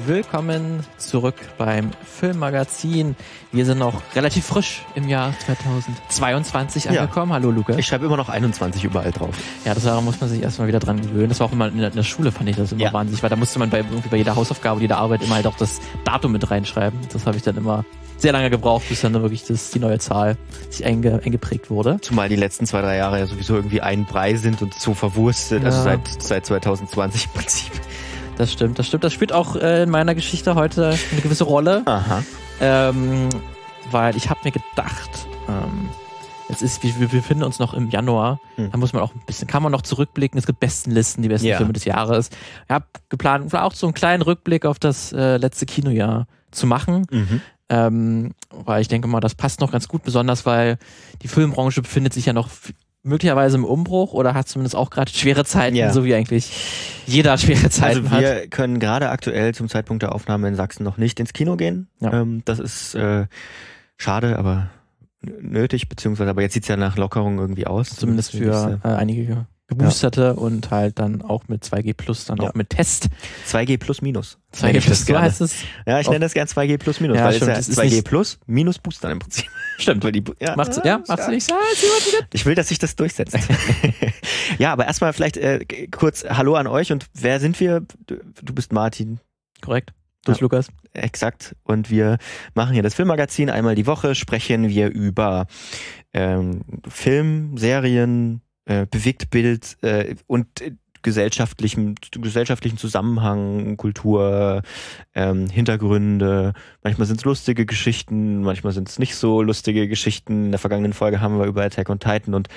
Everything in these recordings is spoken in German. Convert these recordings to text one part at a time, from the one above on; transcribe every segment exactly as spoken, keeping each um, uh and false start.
willkommen zurück beim Filmmagazin. Wir sind noch relativ frisch im Jahr zweitausendzweiundzwanzig angekommen. Ja. Hallo Lukas. Ich schreibe immer noch einundzwanzig überall drauf. Ja, das muss man sich erstmal wieder dran gewöhnen. Das war auch immer in der, in der Schule, fand ich das immer ja. wahnsinnig, weil da musste man bei, irgendwie bei jeder Hausaufgabe, jeder Arbeit immer halt auch das Datum mit reinschreiben. Das habe ich dann immer sehr lange gebraucht, bis dann wirklich das, die neue Zahl sich einge, eingeprägt wurde. Zumal die letzten zwei, drei Jahre ja sowieso irgendwie ein Brei sind und so verwurstet, ja. also seit, seit zweitausendzwanzig im Prinzip. Das stimmt, das stimmt. Das spielt auch äh, in meiner Geschichte heute eine gewisse Rolle. Aha. Ähm, weil ich habe mir gedacht, ähm, es ist, wir, wir befinden uns noch im Januar, hm. da muss man auch ein bisschen, kann man noch zurückblicken, es gibt Bestenlisten, die besten ja. Filme des Jahres. Ich habe geplant, auch so einen kleinen Rückblick auf das äh, letzte Kinojahr zu machen. Mhm. Ähm, weil ich denke mal, das passt noch ganz gut, besonders weil die Filmbranche befindet sich ja noch f- möglicherweise im Umbruch oder hat zumindest auch gerade schwere Zeiten, ja. so wie eigentlich jeder schwere Zeiten hat. Also wir hat. können gerade aktuell zum Zeitpunkt der Aufnahme in Sachsen noch nicht ins Kino gehen. Ja. Ähm, das ist äh, schade, aber nötig, beziehungsweise aber jetzt sieht es ja nach Lockerung irgendwie aus. Zumindest für äh, einige Geboosterte ja. und halt dann auch mit zwei G plus, dann ja. auch mit Test. zwei G plus minus. zwei G plus, so heißt es. Ja, ich nenne das gern zwei G plus minus, ja, weil stimmt, es ja zwei G plus minus Boostern im Prinzip. Stimmt. Weil die, ja, macht's, ja, macht's ja. nicht so. Ich will, dass sich das durchsetzt. Ja, aber erstmal vielleicht äh, kurz Hallo an euch und wer sind wir? Du, du bist Martin. Korrekt. Du bist ja. Lukas. Exakt. Und wir machen hier das Filmmagazin. Einmal die Woche sprechen wir über ähm, Film, Serien, äh, Bewegtbild äh, und äh, gesellschaftlichen, gesellschaftlichen Zusammenhang, Kultur, ähm, Hintergründe. Manchmal sind es lustige Geschichten, manchmal sind es nicht so lustige Geschichten. In der vergangenen Folge haben wir über Attack on Titan und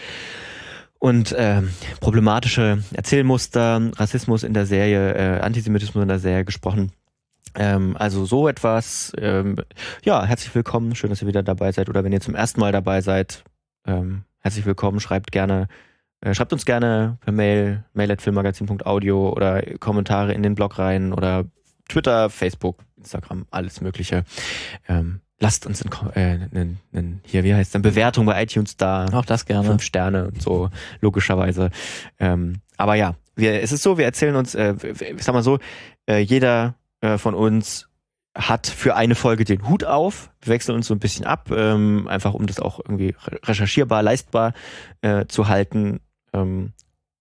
und ähm, problematische Erzählmuster, Rassismus in der Serie, äh, Antisemitismus in der Serie gesprochen. Ähm, also so etwas. Ähm, ja, herzlich willkommen. Schön, dass ihr wieder dabei seid. Oder wenn ihr zum ersten Mal dabei seid, ähm, herzlich willkommen. Schreibt gerne Schreibt uns gerne per Mail, mail at filmmagazin punkt audio oder Kommentare in den Blog rein oder Twitter, Facebook, Instagram, alles Mögliche. Ähm, lasst uns in, äh, in, in, hier, wie heißt es, Bewertung bei iTunes da. Auch das gerne. Fünf Sterne und so, logischerweise. Ähm, aber ja, wir, es ist so, wir erzählen uns, äh, ich sag mal so, äh, jeder äh, von uns hat für eine Folge den Hut auf. Wir wechseln uns so ein bisschen ab, ähm, einfach um das auch irgendwie recherchierbar, leistbar äh, zu halten. Ähm,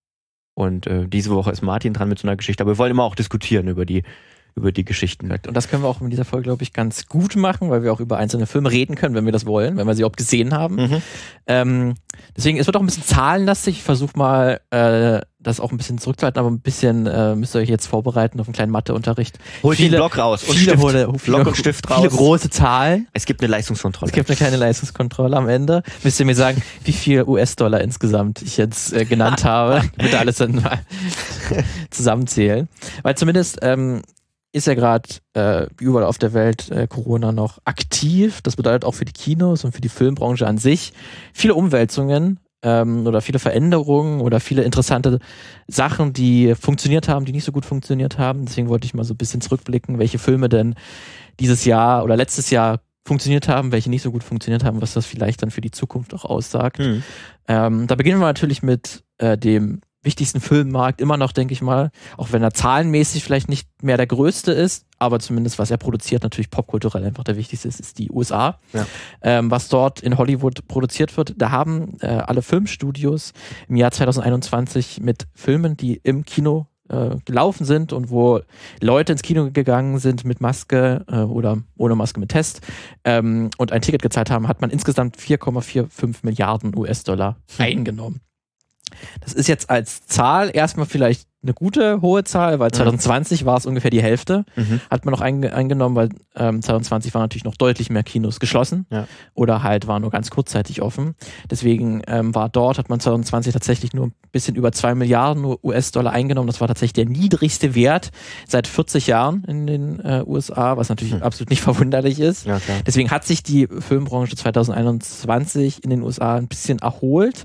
und äh, diese Woche ist Martin dran mit so einer Geschichte, aber wir wollen immer auch diskutieren über die über die Geschichten. Und das können wir auch in dieser Folge, glaube ich, ganz gut machen, weil wir auch über einzelne Filme reden können, wenn wir das wollen, wenn wir sie auch gesehen haben. Mhm. Ähm, deswegen, es wird auch ein bisschen zahlenlastig. Ich versuche mal, äh, das auch ein bisschen zurückzuhalten, aber ein bisschen äh, müsst ihr euch jetzt vorbereiten auf einen kleinen Matheunterricht. Holt den Block raus und viele, Stift. Hole, viele, Block und Stift raus. Viele große Zahlen. Es gibt eine Leistungskontrolle. Es gibt eine kleine Leistungskontrolle am Ende. Müsst ihr mir sagen, wie viel U S-Dollar insgesamt ich jetzt äh, genannt habe. Ich würde alles dann mal zusammenzählen. Weil zumindest ähm, ist ja gerade äh, überall auf der Welt äh, Corona noch aktiv. Das bedeutet auch für die Kinos und für die Filmbranche an sich viele Umwälzungen ähm, oder viele Veränderungen oder viele interessante Sachen, die funktioniert haben, die nicht so gut funktioniert haben. Deswegen wollte ich mal so ein bisschen zurückblicken, welche Filme denn dieses Jahr oder letztes Jahr funktioniert haben, welche nicht so gut funktioniert haben, was das vielleicht dann für die Zukunft auch aussagt. Mhm. Ähm, da beginnen wir natürlich mit äh, dem wichtigsten Filmmarkt immer noch, denke ich mal, auch wenn er zahlenmäßig vielleicht nicht mehr der größte ist, aber zumindest was er produziert, natürlich popkulturell einfach der wichtigste ist, ist die U S A. Ja. Ähm, was dort in Hollywood produziert wird, da haben äh, alle Filmstudios im Jahr zweitausendeinundzwanzig mit Filmen, die im Kino äh, gelaufen sind und wo Leute ins Kino gegangen sind mit Maske äh, oder ohne Maske mit Test ähm, und ein Ticket gezahlt haben, hat man insgesamt vier Komma fünfundvierzig Milliarden U S-Dollar hm. eingenommen. Das ist jetzt als Zahl erstmal vielleicht eine gute, hohe Zahl, weil zwanzig zwanzig mhm. war es ungefähr die Hälfte. Mhm. Hat man noch einge- eingenommen, weil ähm, zwanzig zwanzig waren natürlich noch deutlich mehr Kinos geschlossen ja. oder halt waren nur ganz kurzzeitig offen. Deswegen ähm, war dort, hat man zwanzig zwanzig tatsächlich nur ein bisschen über zwei Milliarden U S-Dollar eingenommen. Das war tatsächlich der niedrigste Wert seit vierzig Jahren in den äh, U S A, was natürlich mhm. absolut nicht verwunderlich ist. Ja, Deswegen hat sich die Filmbranche zwanzig einundzwanzig in den U S A ein bisschen erholt.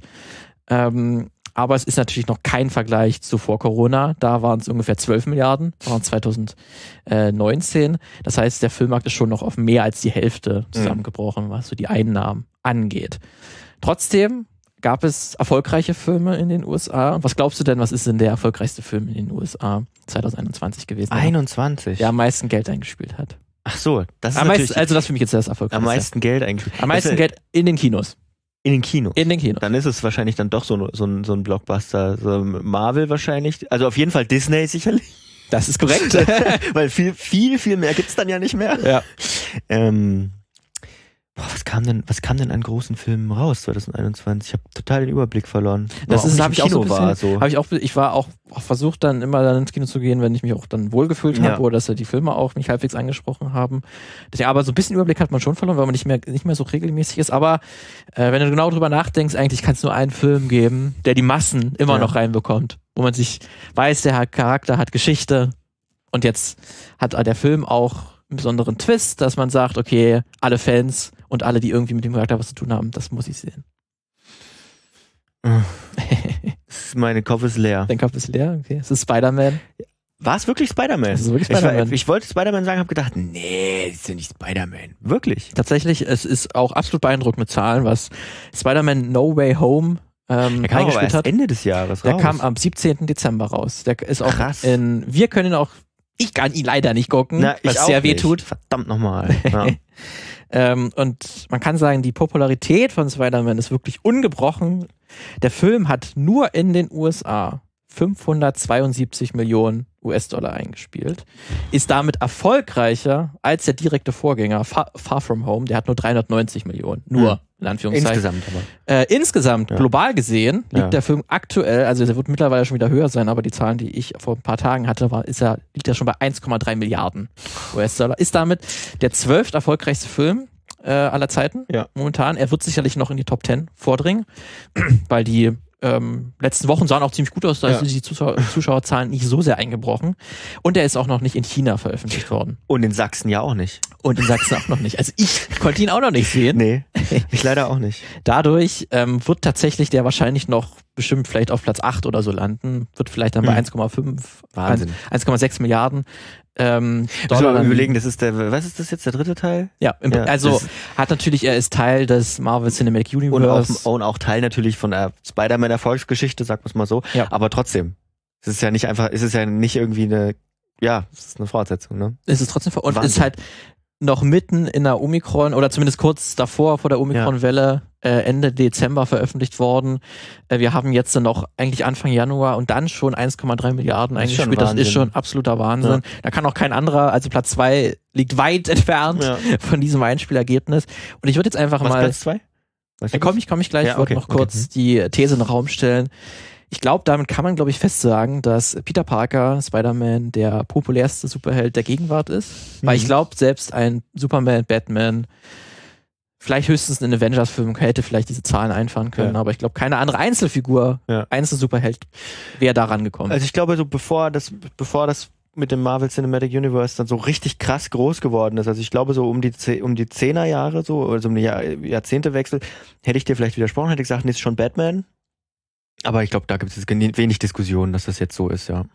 Ähm, Aber es ist natürlich noch kein Vergleich zu vor Corona. Da waren es ungefähr zwölf Milliarden, das waren zwanzig neunzehn. Das heißt, der Filmmarkt ist schon noch auf mehr als die Hälfte zusammengebrochen, was so die Einnahmen angeht. Trotzdem gab es erfolgreiche Filme in den U S A? Und was glaubst du denn, was ist denn der erfolgreichste Film in den U S A zwanzig einundzwanzig gewesen? einundzwanzig? Der am meisten Geld eingespielt hat. Ach so, das ist am natürlich... meisten, also das für mich jetzt das erfolgreichste. Am meisten Geld eingespielt. Am meisten ist, Geld in den Kinos. In den Kinos? In den Kinos. Dann ist es wahrscheinlich dann doch so, so, ein, so ein Blockbuster. So Marvel wahrscheinlich. Also auf jeden Fall Disney sicherlich. Das ist korrekt. Weil viel, viel, viel mehr gibt's dann ja nicht mehr. Ja. Ähm... Boah, was kam denn, was kam denn an großen Filmen raus zwanzig einundzwanzig? Ich habe total den Überblick verloren. Das ist, habe ich auch so ein bisschen, war, so. Hab ich auch, ich war auch, auch versucht dann immer dann ins Kino zu gehen, wenn ich mich auch dann wohlgefühlt habe Ja. oder dass die Filme auch mich halbwegs angesprochen haben. Ja, aber so ein bisschen Überblick hat man schon verloren, weil man nicht mehr, nicht mehr so regelmäßig ist. Aber äh, wenn du genau drüber nachdenkst, eigentlich kann es nur einen Film geben, der die Massen immer Ja. noch reinbekommt, wo man sich weiß, der hat Charakter, hat Geschichte und jetzt hat der Film auch einen besonderen Twist, dass man sagt, okay, alle Fans und alle, die irgendwie mit dem Charakter was zu tun haben, das muss ich sehen. Mein Kopf ist leer. Dein Kopf ist leer, okay. Es ist Spider-Man. War es wirklich Spider-Man? Es ist wirklich Ich, war- Spider-Man. ich wollte Spider-Man sagen, habe gedacht, nee, das ist ja nicht Spider-Man. Wirklich? Tatsächlich, es ist auch absolut beeindruckend mit Zahlen, was Spider-Man No Way Home ähm, Der kam aber eingespielt erst hat. Ende des Jahres Der raus. kam am siebzehnten Dezember raus. Der ist auch Krass. in, wir können ihn auch, ich kann ihn leider nicht gucken, Na, ich was auch sehr weh nicht. tut. Verdammt nochmal. Ja. Ähm, und man kann sagen, die Popularität von Spider-Man ist wirklich ungebrochen. Der Film hat nur in den U S A fünfhundertzweiundsiebzig Millionen U S-Dollar eingespielt. Ist damit erfolgreicher als der direkte Vorgänger Far, Far From Home. Der hat nur dreihundertneunzig Millionen. Nur, Hm. in Anführungszeichen. Insgesamt aber. Äh, insgesamt, Ja. global gesehen, liegt Ja. der Film aktuell, also der wird mittlerweile schon wieder höher sein, aber die Zahlen, die ich vor ein paar Tagen hatte, war, ist er, liegt er schon bei eins Komma drei Milliarden U S-Dollar. Ist damit der zwölft erfolgreichste Film äh, aller Zeiten Ja. momentan. Er wird sicherlich noch in die Top zehn vordringen, weil die ähm, letzten Wochen sahen auch ziemlich gut aus, da Ja. sind die Zuschauer, Zuschauerzahlen nicht so sehr eingebrochen. Und er ist auch noch nicht in China veröffentlicht worden. Und in Sachsen ja auch nicht. Und in Sachsen auch noch nicht. Also ich konnte ihn auch noch nicht sehen. Nee, ich leider auch nicht. Dadurch ähm, wird tatsächlich der wahrscheinlich noch bestimmt vielleicht auf Platz acht oder so landen. Wird vielleicht dann bei Hm. eins Komma fünf, Wahnsinn. eins Komma sechs Milliarden ähm, Müssen Dollar. wir dann- überlegen, das ist der, was ist das jetzt, der dritte Teil? Ja, im, Ja, also das- hat natürlich, er ist Teil des Marvel Cinematic Und Universe. auch, und auch Teil natürlich von der Spider-Man-Erfolgsgeschichte, sagen wir es mal so. Ja. Aber trotzdem, es ist ja nicht einfach, es ist ja nicht irgendwie eine, ja, es ist eine Fortsetzung, ne? ist es trotzdem vor- und Wahnsinn. ist halt noch mitten in der Omikron oder zumindest kurz davor vor der Omikron-Welle äh, Ende Dezember veröffentlicht worden. Äh, wir haben jetzt dann noch eigentlich Anfang Januar und dann schon eins Komma drei Milliarden Das ist schon eingespielt. Das ist Wahnsinn. schon absoluter Wahnsinn. Da kann auch kein anderer, also Platz zwei liegt weit entfernt Ja. von diesem Einspielergebnis. Und ich würde jetzt einfach Was, mal, Platz zwei? Weißt da du komme ich, komm ich gleich, Ja, ich wollte okay, noch okay. kurz die These in den Raum stellen. Ich glaube, damit kann man, glaube ich, festsagen, dass Peter Parker, Spider-Man, der populärste Superheld der Gegenwart ist. Mhm. Weil ich glaube, selbst ein Superman, Batman, vielleicht höchstens ein Avengers-Film hätte vielleicht diese Zahlen einfahren können, Ja. aber ich glaube, keine andere Einzelfigur, Ja. Einzelsuperheld wäre da rangekommen. Also ich glaube, so bevor das, bevor das mit dem Marvel Cinematic Universe dann so richtig krass groß geworden ist, also ich glaube so um die Ze- um die Zehnerjahre so, also um die Jahr, Jahrzehntewechsel, hätte ich dir vielleicht widersprochen, hätte ich gesagt, nee, ist schon Batman. Aber ich glaube, da gibt es jetzt geni- wenig Diskussion, dass das jetzt so ist, ja.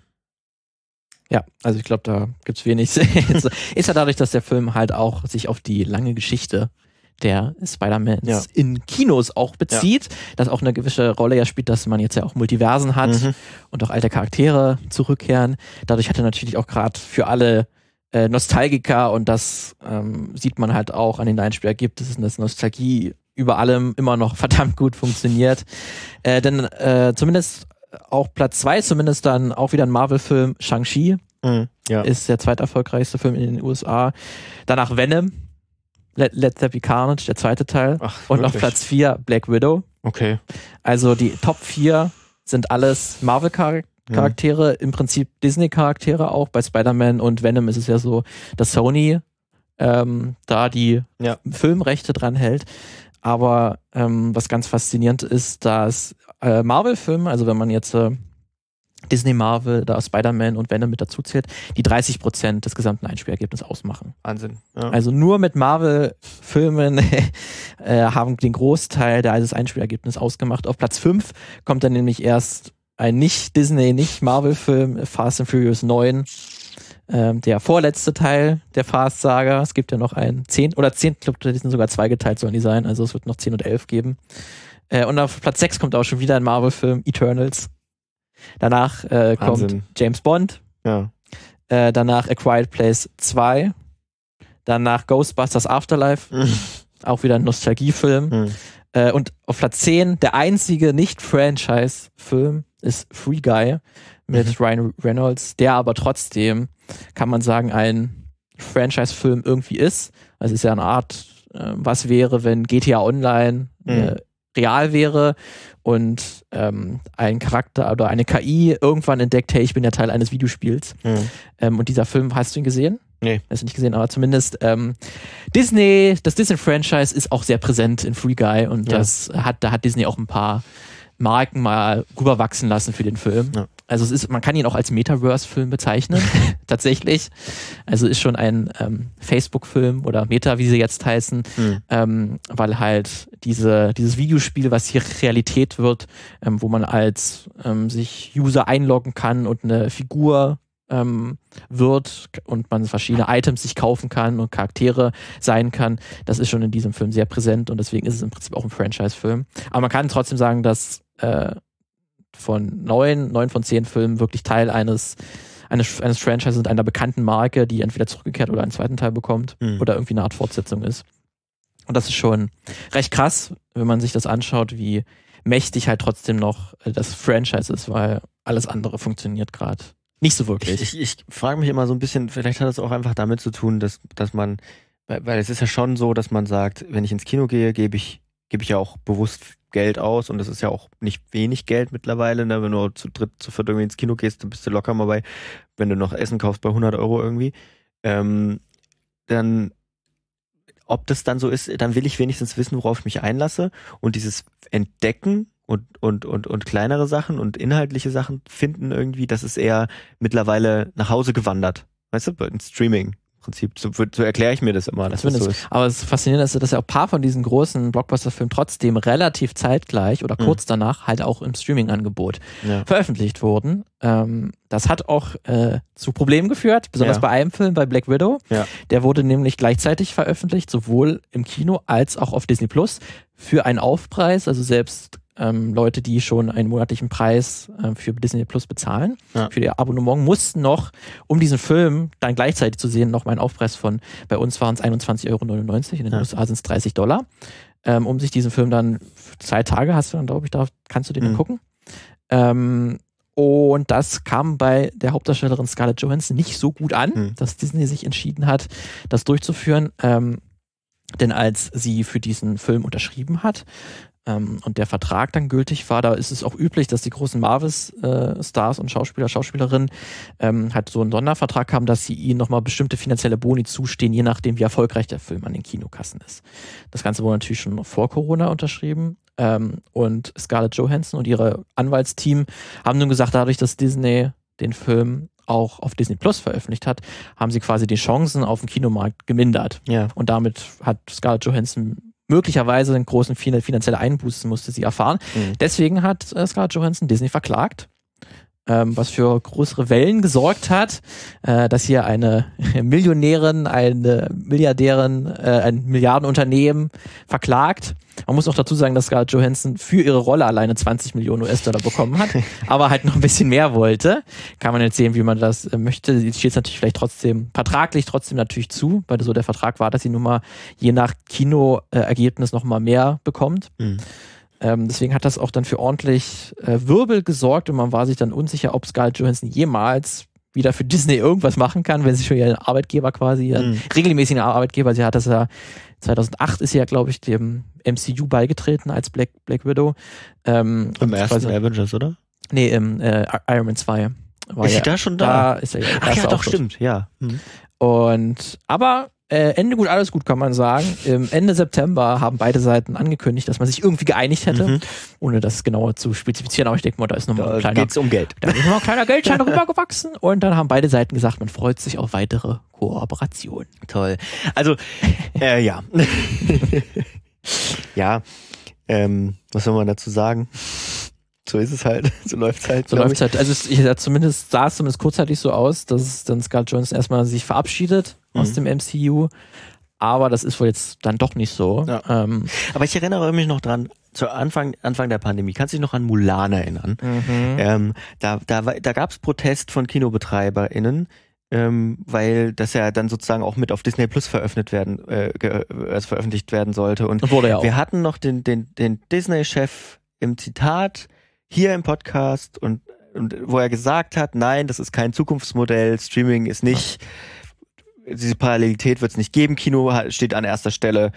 Ja, also ich glaube, da gibt's wenig. Ist ja dadurch, dass der Film halt auch sich auf die lange Geschichte der Spider-Mans Ja. in Kinos auch bezieht, das auch eine gewisse Rolle ja spielt, dass man jetzt ja auch Multiversen hat Mhm. und auch alte Charaktere zurückkehren. Dadurch hat er natürlich auch gerade für alle äh, Nostalgiker und das ähm, sieht man halt auch an den Einspielergebnissen, dass Nostalgie über allem immer noch verdammt gut funktioniert. Äh, denn äh, zumindest auch Platz zwei, zumindest dann auch wieder ein Marvel-Film, Shang-Chi, Mhm. Ja. ist der zweiterfolgreichste Film in den U S A. Danach Venom, Let, Let There Be Carnage, der zweite Teil. Ach, Und auf wirklich? Platz vier Black Widow. Okay. Also die Top vier sind alles Marvel-Charaktere, im Prinzip Disney-Charaktere auch. Bei Spider-Man und Venom ist es ja so, dass Sony ähm, da die Ja. Filmrechte dran hält. Aber ähm, was ganz faszinierend ist, dass äh, Marvel-Filme, also wenn man jetzt äh, Disney, Marvel, da Spider-Man und Venom mit dazu zählt, die dreißig Prozent des gesamten Einspielergebnisses ausmachen. Wahnsinn. Ja. Also nur mit Marvel-Filmen äh, haben den Großteil des Einspielergebnisses ausgemacht. Auf Platz fünf kommt dann nämlich erst ein nicht-Disney, nicht-Marvel-Film, Fast and Furious neun, ähm, der vorletzte Teil der Fast-Saga. Es gibt ja noch einen zehn oder zehn, ich glaube, die sind sogar zweigeteilt, sollen die sein. Also es wird noch zehn und elf geben. Äh, und auf Platz sechs kommt auch schon wieder ein Marvel-Film, Eternals. Danach äh, kommt James Bond. Ja. Äh, danach A Quiet Place zwei. Danach Ghostbusters Afterlife. Mhm. Auch wieder ein Nostalgiefilm. Mhm. Äh, und auf Platz zehn, der einzige Nicht-Franchise-Film ist Free Guy mit mhm. Ryan Reynolds, der aber trotzdem, kann man sagen, ein Franchise-Film irgendwie ist. Also es ist ja eine Art, äh, was wäre, wenn G T A Online äh, mhm. real wäre und ähm, ein Charakter oder eine K I irgendwann entdeckt, hey, ich bin ja Teil eines Videospiels. Mhm. Ähm, und dieser Film, hast du ihn gesehen? Nee. Hast du nicht gesehen, aber zumindest ähm, Disney, das Disney-Franchise ist auch sehr präsent in Free Guy und ja. das hat, da hat Disney auch ein paar Marken mal rüberwachsen lassen für den Film. Ja. Also es ist, man kann ihn auch als Metaverse-Film bezeichnen, tatsächlich. Also ist schon ein ähm, Facebook-Film oder Meta, wie sie jetzt heißen, mhm. ähm, weil halt diese, dieses Videospiel, was hier Realität wird, ähm, wo man als ähm, sich User einloggen kann und eine Figur ähm, wird und man verschiedene Items sich kaufen kann und Charaktere sein kann, das ist schon in diesem Film sehr präsent und deswegen ist es im Prinzip auch ein Franchise-Film. Aber man kann trotzdem sagen, dass äh, von neun, neun von zehn Filmen wirklich Teil eines, eines, eines Franchises und einer bekannten Marke, die entweder zurückgekehrt oder einen zweiten Teil bekommt mhm. oder irgendwie eine Art Fortsetzung ist. Und das ist schon recht krass, wenn man sich das anschaut, wie mächtig halt trotzdem noch das Franchise ist, weil alles andere funktioniert gerade nicht so wirklich. Ich, ich, ich frage mich immer so ein bisschen, vielleicht hat das auch einfach damit zu tun, dass, dass man, weil, weil es ist ja schon so, dass man sagt, wenn ich ins Kino gehe, gebe ich, gebe ich ja auch bewusst Geld aus und das ist ja auch nicht wenig Geld mittlerweile, ne? Wenn du zu dritt, zu viert irgendwie ins Kino gehst, dann bist du locker mal bei, wenn du noch Essen kaufst, bei hundert Euro irgendwie, ähm, dann, ob das dann so ist, dann will ich wenigstens wissen, worauf ich mich einlasse und dieses Entdecken und, und, und, und kleinere Sachen und inhaltliche Sachen finden irgendwie, das ist eher mittlerweile nach Hause gewandert. Weißt du, in Streaming. Im Prinzip, so, so erkläre ich mir das immer, dass das so ist. Aber es ist faszinierend, dass, dass ja auch ein paar von diesen großen Blockbuster-Filmen trotzdem relativ zeitgleich oder kurz mhm. danach halt auch im Streaming-Angebot ja. veröffentlicht wurden. Ähm, das hat auch äh, zu Problemen geführt, besonders ja. bei einem Film, bei Black Widow. Ja. Der wurde nämlich gleichzeitig veröffentlicht, sowohl im Kino als auch auf Disney Plus für einen Aufpreis, also selbst Ähm, Leute, die schon einen monatlichen Preis äh, für Disney Plus bezahlen, ja. für ihr Abonnement, mussten noch, um diesen Film dann gleichzeitig zu sehen, noch mal einen Aufpreis von, bei uns waren es einundzwanzig Euro neunundneunzig, in den ja. U S A sind es dreißig Dollar, ähm, um sich diesen Film dann, zwei Tage hast du dann, glaube ich, da kannst du den mhm. dann gucken. Ähm, und das kam bei der Hauptdarstellerin Scarlett Johansson nicht so gut an, mhm. dass Disney sich entschieden hat, das durchzuführen. Ähm, denn als sie für diesen Film unterschrieben hat, Ähm, und der Vertrag dann gültig war, da ist es auch üblich, dass die großen Marvel-Stars äh, und Schauspieler, Schauspielerinnen ähm, halt so einen Sondervertrag haben, dass sie ihnen nochmal bestimmte finanzielle Boni zustehen, je nachdem, wie erfolgreich der Film an den Kinokassen ist. Das Ganze wurde natürlich schon noch vor Corona unterschrieben ähm, und Scarlett Johansson und ihre Anwaltsteam haben nun gesagt, dadurch, dass Disney den Film auch auf Disney Plus veröffentlicht hat, haben sie quasi die Chancen auf den Kinomarkt gemindert. Ja. Und damit hat Scarlett Johansson möglicherweise einen großen finanziellen Einbußen musste sie erfahren. Mhm. Deswegen hat äh, Scarlett Johansson Disney verklagt, ähm, was für größere Wellen gesorgt hat, äh, dass hier eine Millionärin, eine Milliardärin, äh, ein Milliardenunternehmen verklagt. Man muss auch dazu sagen, dass Scarlett Johansson für ihre Rolle alleine zwanzig Millionen U S-Dollar bekommen hat, aber halt noch ein bisschen mehr wollte. Kann man jetzt sehen, wie man das äh, möchte. Jetzt steht es natürlich vielleicht trotzdem, vertraglich trotzdem natürlich zu, weil so der Vertrag war, dass sie nun mal je nach Kinoergebnis noch mal mehr bekommt. Mhm. Ähm, deswegen hat das auch dann für ordentlich äh, Wirbel gesorgt und man war sich dann unsicher, ob Scarlett Johansson jemals wieder für Disney irgendwas machen kann, wenn sie schon ihren Arbeitgeber quasi, ihren mhm. regelmäßigen Arbeitgeber, sie hat das ja zweitausendacht ist sie ja, glaube ich, dem M C U beigetreten als Black, Black Widow. Ähm, Im ersten quasi, Avengers, oder? Nee, im äh, Iron Man zwei. War ist ja, sie da schon da? da ist er ja, Ach ja, doch, stimmt, ja. Mhm. Und, aber Äh, Ende gut, alles gut, kann man sagen. Im Ende September haben beide Seiten angekündigt, dass man sich irgendwie geeinigt hätte, mhm. ohne das genauer zu spezifizieren. Aber ich denke mal, da ist nochmal da ein kleiner, geht's um Geld. Da ist nochmal ein kleiner Geldschein rübergewachsen. Und dann haben beide Seiten gesagt, man freut sich auf weitere Kooperation. Toll. Also, äh, ja. ja, ähm, was soll man dazu sagen? So ist es halt, so läuft es halt. So läuft es halt. Also ich, zumindest sah es zumindest kurzzeitig so aus, dass dann Scarlett Johansson erstmal sich verabschiedet mhm. aus dem M C U. Aber das ist wohl jetzt dann doch nicht so. Ja. Ähm, Aber ich erinnere mich noch dran, zu Anfang, Anfang der Pandemie, kannst du dich noch an Mulan erinnern? Mhm. Ähm, da da, da gab es Protest von KinobetreiberInnen, ähm, weil das ja dann sozusagen auch mit auf Disney Plus veröffentlicht werden, äh, ge- also veröffentlicht werden sollte. Und, Und wurde ja auch. wir hatten noch den, den, den Disney-Chef im Zitat hier im Podcast und, und wo er gesagt hat, nein, das ist kein Zukunftsmodell, Streaming ist nicht, ja. diese Parallelität wird es nicht geben, Kino steht an erster Stelle.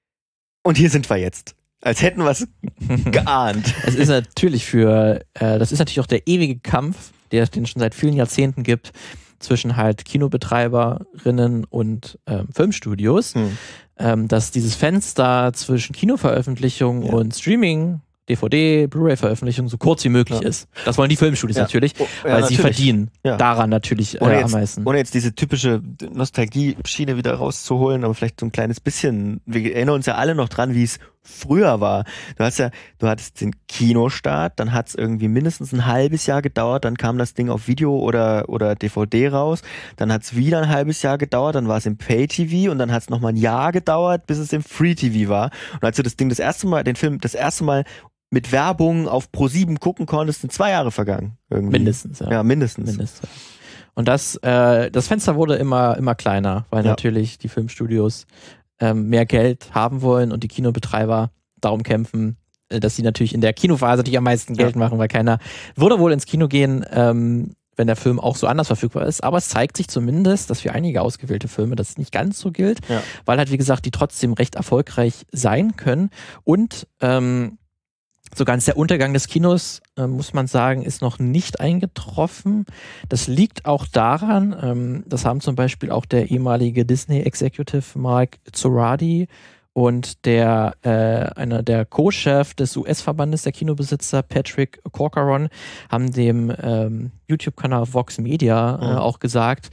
Und hier sind wir jetzt. Als hätten wir es geahnt. Es ist natürlich für, äh, das ist natürlich auch der ewige Kampf, der den es schon seit vielen Jahrzehnten gibt, zwischen halt Kinobetreiberinnen und ähm, Filmstudios, hm. ähm, dass dieses Fenster zwischen Kinoveröffentlichung ja. und Streaming, D V D, Blu-ray-Veröffentlichung so kurz wie möglich ja. ist. Das wollen die Filmstudios ja. natürlich, oh, ja, weil natürlich. sie verdienen ja. daran natürlich äh, jetzt, am meisten. Ohne jetzt diese typische Nostalgie-Schiene wieder rauszuholen, aber vielleicht so ein kleines bisschen, wir erinnern uns ja alle noch dran, wie es früher war. Du hast ja, du hattest den Kinostart, dann hat es irgendwie mindestens ein halbes Jahr gedauert, dann kam das Ding auf Video oder, oder D V D raus, dann hat es wieder ein halbes Jahr gedauert, dann war es im Pay-T V und dann hat es nochmal ein Jahr gedauert, bis es im Free-T V war. Und als du das Ding das erste Mal, den Film das erste Mal mit Werbung auf Pro sieben gucken konntest, sind zwei Jahre vergangen. Irgendwie. Mindestens, ja. Ja, mindestens. mindestens. Und das, äh, das Fenster wurde immer, immer kleiner, weil ja. natürlich die Filmstudios ähm, mehr Geld haben wollen und die Kinobetreiber darum kämpfen, äh, dass sie natürlich in der Kinophase natürlich am meisten Geld ja. machen, weil keiner würde wohl ins Kino gehen, ähm, wenn der Film auch so anders verfügbar ist. Aber es zeigt sich zumindest, dass für einige ausgewählte Filme das nicht ganz so gilt, ja. weil halt, wie gesagt, die trotzdem recht erfolgreich sein können. Und ähm, so ganz der Untergang des Kinos, äh, muss man sagen, ist noch nicht eingetroffen. Das liegt auch daran, ähm, das haben zum Beispiel auch der ehemalige Disney-Executive Mark Zoradi und der äh, einer der Co-Chef des U S-Verbandes der Kinobesitzer, Patrick Corcoran, haben dem ähm, YouTube-Kanal Vox Media äh, mhm. auch gesagt,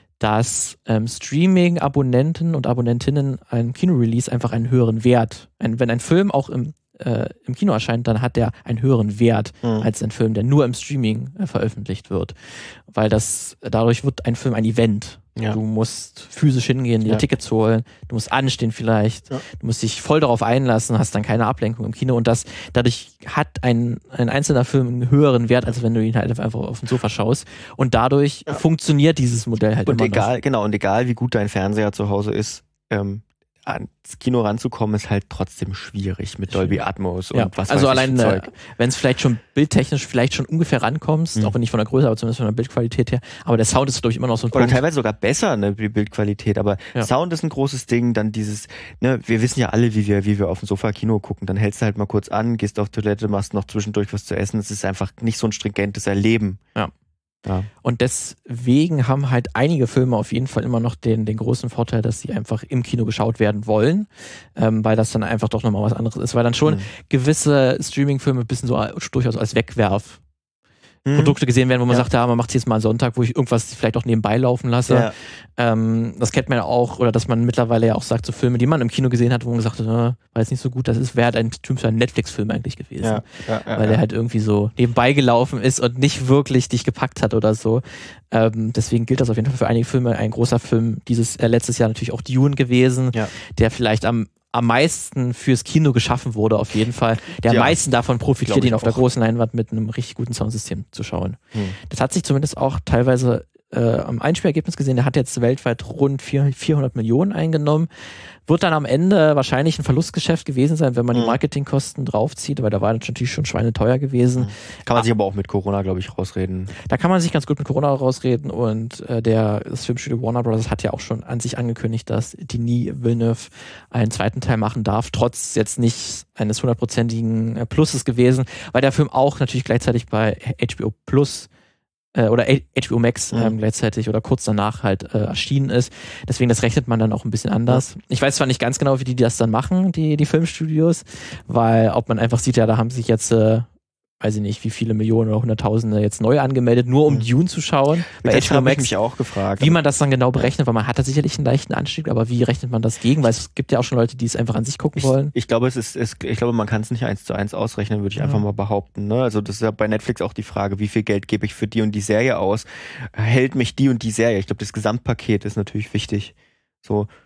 dass ähm, Streaming-Abonnenten und Abonnentinnen einem Kinorelease einfach einen höheren Wert, ein, wenn ein Film auch im Äh, im Kino erscheint, dann hat der einen höheren Wert mhm. als ein Film, der nur im Streaming äh, veröffentlicht wird. Weil das, dadurch wird ein Film ein Event. Ja. Du musst physisch hingehen, dir ja. Tickets holen, du musst anstehen vielleicht, ja. du musst dich voll darauf einlassen, hast dann keine Ablenkung im Kino und das, dadurch hat ein, ein einzelner Film einen höheren Wert, als wenn du ihn halt einfach auf dem Sofa schaust und dadurch ja. funktioniert dieses Modell halt und immer egal, noch. Genau, und egal wie gut dein Fernseher zu Hause ist, ähm, ans Kino ranzukommen, ist halt trotzdem schwierig mit Dolby Atmos und ja. was also weiß allein, ich Zeug. Wenn es vielleicht schon bildtechnisch vielleicht schon ungefähr rankommst, mhm. auch wenn nicht von der Größe, aber zumindest von der Bildqualität her, aber der Sound ist, glaube ich, immer noch so ein Oder Punkt. teilweise sogar besser, ne, die Bildqualität, aber ja. Sound ist ein großes Ding, dann dieses, ne, wir wissen ja alle, wie wir, wie wir auf dem Sofa Kino gucken, dann hältst du halt mal kurz an, gehst auf Toilette, machst noch zwischendurch was zu essen, es ist einfach nicht so ein stringentes Erleben. Ja. Ja. Und deswegen haben halt einige Filme auf jeden Fall immer noch den, den großen Vorteil, dass sie einfach im Kino geschaut werden wollen, ähm, weil das dann einfach doch nochmal was anderes ist, weil dann schon mhm. gewisse Streaming-Filme ein bisschen so durchaus als Wegwerf mhm. Produkte gesehen werden, wo man ja. sagt, ja, man macht jetzt mal einen Sonntag, wo ich irgendwas vielleicht auch nebenbei laufen lasse. Ja. Ähm, das kennt man ja auch, oder dass man mittlerweile ja auch sagt, so Filme, die man im Kino gesehen hat, wo man gesagt hat, äh, war jetzt nicht so gut, das ist, wäre halt ein typischer Netflix-Film eigentlich gewesen. Ja. Ja, ja, weil der ja. halt irgendwie so nebenbei gelaufen ist und nicht wirklich dich gepackt hat oder so. Ähm, deswegen gilt das auf jeden Fall für einige Filme. Ein großer Film dieses äh, letztes Jahr natürlich auch Dune gewesen, ja. der vielleicht am am meisten fürs Kino geschaffen wurde, auf jeden Fall. Der ja, am meisten davon profitiert, ihn auf auch. der großen Leinwand mit einem richtig guten Soundsystem zu schauen. Hm. Das hat sich zumindest auch teilweise äh, am Einspielergebnis gesehen. Der hat jetzt weltweit rund vierhundert Millionen eingenommen. Wird dann am Ende wahrscheinlich ein Verlustgeschäft gewesen sein, wenn man hm. die Marketingkosten draufzieht, weil da war das natürlich schon schweineteuer gewesen. Kann man sich aber auch mit Corona, glaube ich, rausreden. Da kann man sich ganz gut mit Corona rausreden und äh, der, das Filmstudio Warner Bros. Hat ja auch schon an sich angekündigt, dass Denis Villeneuve einen zweiten Teil machen darf, trotz jetzt nicht eines hundertprozentigen Pluses gewesen, weil der Film auch natürlich gleichzeitig bei H B O Plus oder H B O Max ähm, mhm. gleichzeitig oder kurz danach halt äh, erschienen ist. Deswegen, das rechnet man dann auch ein bisschen anders. Ja. Ich weiß zwar nicht ganz genau, wie die das dann machen, die, die Filmstudios, weil ob man einfach sieht, ja, da haben sich jetzt äh, weiß ich nicht, wie viele Millionen oder Hunderttausende jetzt neu angemeldet, nur um mhm. Dune zu schauen. Bei das habe ich mich auch gefragt. Wie man das dann genau berechnet, weil man hat da sicherlich einen leichten Anstieg, aber wie rechnet man das gegen? Weil es gibt ja auch schon Leute, die es einfach an sich gucken ich, wollen. Ich glaube, es ist, es, ich glaube, man kann es nicht eins zu eins ausrechnen, würde ich ja. einfach mal behaupten. Ne? Also das ist ja bei Netflix auch die Frage, wie viel Geld gebe ich für die und die Serie aus? Hält mich die und die Serie? Ich glaube, das Gesamtpaket ist natürlich wichtig. So.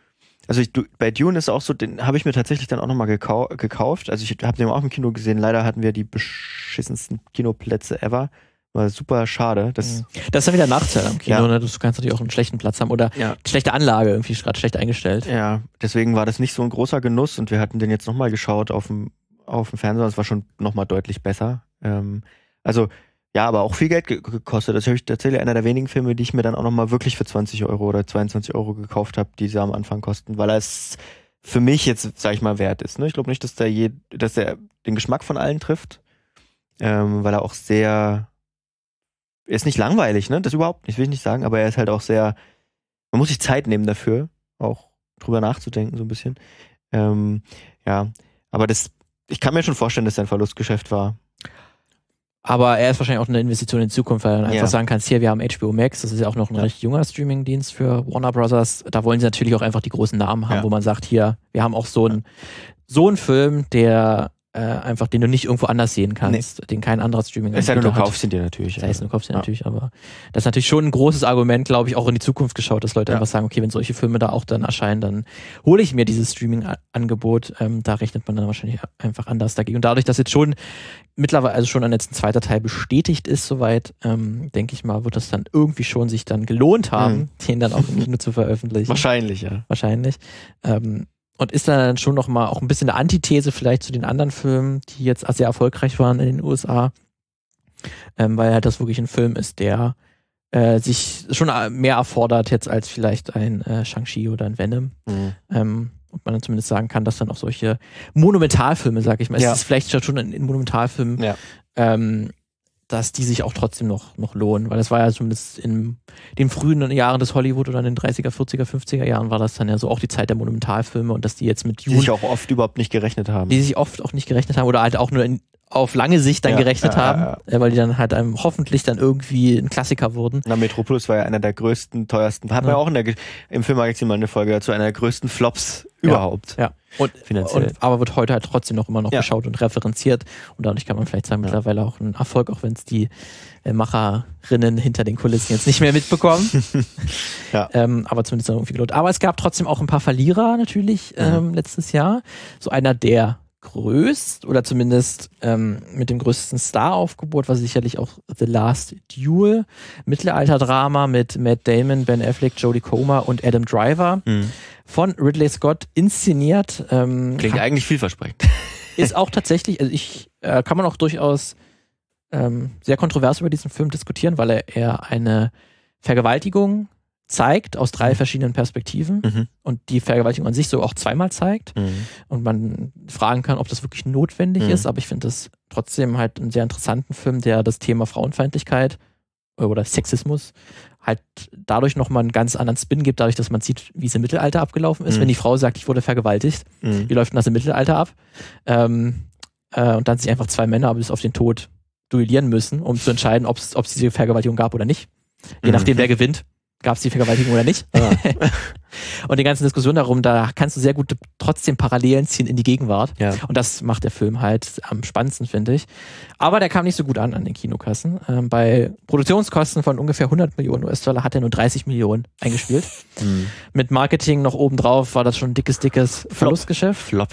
Also ich, du, bei Dune ist auch so, den habe ich mir tatsächlich dann auch nochmal gekau gekauft. Also ich habe den auch im Kino gesehen. Leider hatten wir die beschissensten Kinoplätze ever. War super schade. Das, das ist dann wieder ein Nachteil am Kino, Ja. ne? Du kannst natürlich auch einen schlechten Platz haben oder ja, schlechte Anlage irgendwie gerade schlecht eingestellt. ja, deswegen war das nicht so ein großer Genuss und wir hatten den jetzt nochmal geschaut auf dem, auf dem Fernseher. Das war schon nochmal deutlich besser. Ähm, also ja, aber auch viel Geld ge gekostet. Das ist tatsächlich einer der wenigen Filme, die ich mir dann auch nochmal wirklich für zwanzig Euro oder zweiundzwanzig Euro gekauft habe, die sie am Anfang kosten, weil es für mich jetzt, sag ich mal, wert ist. Ne? Ich glaube nicht, dass der, je, dass der den Geschmack von allen trifft, ähm, weil er auch sehr, er ist nicht langweilig, ne? Das überhaupt nicht, will ich nicht sagen, aber er ist halt auch sehr, man muss sich Zeit nehmen dafür, auch drüber nachzudenken so ein bisschen. Ähm, ja, aber das, ich kann mir schon vorstellen, dass er ein Verlustgeschäft war. Aber er ist wahrscheinlich auch eine Investition in die Zukunft, weil du dann einfach Ja. sagen kannst, hier, wir haben H B O Max, das ist ja auch noch ein Ja. recht junger Streamingdienst für Warner Brothers. Da wollen sie natürlich auch einfach die großen Namen haben, Ja. wo man sagt, hier, wir haben auch so einen so einen Film, der äh, einfach, den du nicht irgendwo anders sehen kannst, den kein anderer streaming Es sei denn, du hat. kaufst ihn dir natürlich. Das heißt, du kaufst ihn Ja. natürlich, aber das ist natürlich schon ein großes Argument, glaube ich, auch in die Zukunft geschaut, dass Leute Ja. einfach sagen, okay, wenn solche Filme da auch dann erscheinen, dann hole ich mir dieses Streaming-Angebot. Ähm, da rechnet man dann wahrscheinlich einfach anders dagegen. Und dadurch, dass jetzt schon mittlerweile, also schon ein letzten zweiter Teil bestätigt ist, soweit, ähm, denke ich mal, wird das dann irgendwie schon sich dann gelohnt haben, Mhm. den dann auch im Kino zu veröffentlichen. Wahrscheinlich, ja. Wahrscheinlich. Ähm, und ist dann schon noch mal auch ein bisschen eine Antithese vielleicht zu den anderen Filmen, die jetzt sehr erfolgreich waren in den U S A. Ähm, weil halt das wirklich ein Film ist, der äh, sich schon mehr erfordert jetzt als vielleicht ein äh, Shang-Chi oder ein Venom. Mhm. Ähm, und man dann zumindest sagen kann, dass dann auch solche Monumentalfilme, sag ich mal, Ja. es ist vielleicht schon ein, ein Monumentalfilm, Ja. ähm, dass die sich auch trotzdem noch, noch lohnen, weil das war ja zumindest in den frühen Jahren des Hollywood oder in den dreißiger, vierziger, fünfziger Jahren war das dann ja so auch die Zeit der Monumentalfilme und dass die jetzt mit Die Dune, sich auch oft überhaupt nicht gerechnet haben. die sich oft auch nicht gerechnet haben oder halt auch nur in, auf lange Sicht dann Ja, gerechnet ja, haben, ja, äh, weil die dann halt einem hoffentlich dann irgendwie ein Klassiker wurden. Na, Metropolis war ja einer der größten, teuersten, hatten wir Ja. auch in der, Ge- im Filmmagazin mal eine Folge dazu, einer der größten Flops überhaupt. Ja. Und, Finanziell. und aber wird heute halt trotzdem noch immer noch Ja. geschaut und referenziert und dadurch kann man vielleicht sagen, Ja. mittlerweile auch ein Erfolg, auch wenn es die äh, Macherinnen hinter den Kulissen jetzt nicht mehr mitbekommen. Ja. ähm, aber zumindest noch irgendwie gelohnt. Aber es gab trotzdem auch ein paar Verlierer natürlich ähm, letztes Jahr. So einer der größt oder zumindest ähm, mit dem größten Star-Aufgebot war sicherlich auch The Last Duel, Mittelalter-Drama mit Matt Damon, Ben Affleck, Jodie Comer und Adam Driver. Mhm. Von Ridley Scott inszeniert. Ähm, Klingt eigentlich vielversprechend. ist auch tatsächlich, also ich äh, kann man auch durchaus ähm, sehr kontrovers über diesen Film diskutieren, weil er eher eine Vergewaltigung zeigt aus drei verschiedenen Perspektiven Mhm. und die Vergewaltigung an sich so auch zweimal zeigt Mhm. und man fragen kann, ob das wirklich notwendig Mhm. ist, aber ich finde das trotzdem halt einen sehr interessanten Film, der das Thema Frauenfeindlichkeit oder Sexismus halt dadurch nochmal einen ganz anderen Spin gibt, dadurch, dass man sieht, wie es im Mittelalter abgelaufen ist, Mhm. wenn die Frau sagt, ich wurde vergewaltigt. Mhm. Wie läuft denn das im Mittelalter ab? Ähm, äh, und dann sich einfach zwei Männer bis auf den Tod duellieren müssen, um zu entscheiden, ob es diese Vergewaltigung gab oder nicht. Je Mhm. nachdem, wer gewinnt, gab es die Vergewaltigung oder nicht. Ah. Und die ganze Diskussion darum, da kannst du sehr gut trotzdem Parallelen ziehen in die Gegenwart. Ja. Und das macht der Film halt am spannendsten, finde ich. Aber der kam nicht so gut an an den Kinokassen. Ähm, bei Produktionskosten von ungefähr hundert Millionen U S-Dollar hat er nur dreißig Millionen eingespielt. Mhm. Mit Marketing noch obendrauf war das schon ein dickes, dickes Verlustgeschäft. Flop.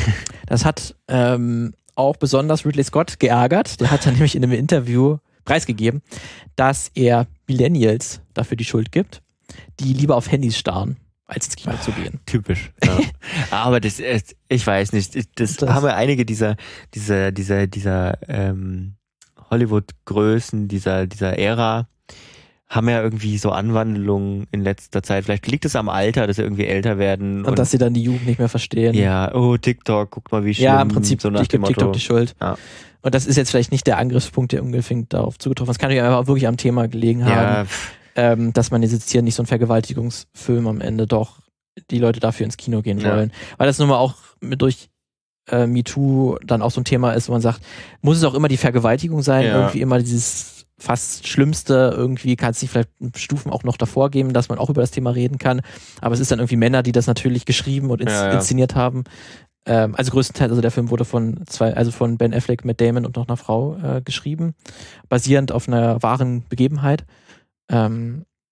Das hat ähm, auch besonders Ridley Scott geärgert. Der hat dann nämlich in einem Interview preisgegeben, dass er Millennials dafür die Schuld gibt, die lieber auf Handys starren, als ins Kino zu gehen. Typisch. Ja. Aber das ist, ich weiß nicht, das, Das- haben ja einige dieser, dieser, dieser, dieser ähm, Hollywood-Größen, dieser, dieser Ära, haben ja irgendwie so Anwandlungen in letzter Zeit. Vielleicht liegt es am Alter, dass sie irgendwie älter werden. Und, und dass sie dann die Jugend nicht mehr verstehen. ja, oh, TikTok, guck mal, wie schlimm. Ja, im Prinzip, so nach ich dem gebe TikTok Motto. die Schuld. Ja. Und das ist jetzt vielleicht nicht der Angriffspunkt, der unbedingt darauf zugetroffen ist. Es kann ja einfach wirklich am Thema gelegen haben, Ja, pff, ähm, dass man jetzt hier nicht so einen Vergewaltigungsfilm am Ende doch die Leute dafür ins Kino gehen Ja. wollen. Weil das nun mal auch mit durch äh, MeToo dann auch so ein Thema ist, wo man sagt, muss es auch immer die Vergewaltigung sein? Ja. Irgendwie immer dieses fast Schlimmste, irgendwie kann es nicht vielleicht Stufen auch noch davor geben, dass man auch über das Thema reden kann. Aber es ist dann irgendwie Männer, die das natürlich geschrieben und ins Ja, ja. inszeniert haben. Ähm, also größtenteils, also der Film wurde von zwei, also von Ben Affleck, Matt Damon und noch einer Frau äh, geschrieben, basierend auf einer wahren Begebenheit. Ähm,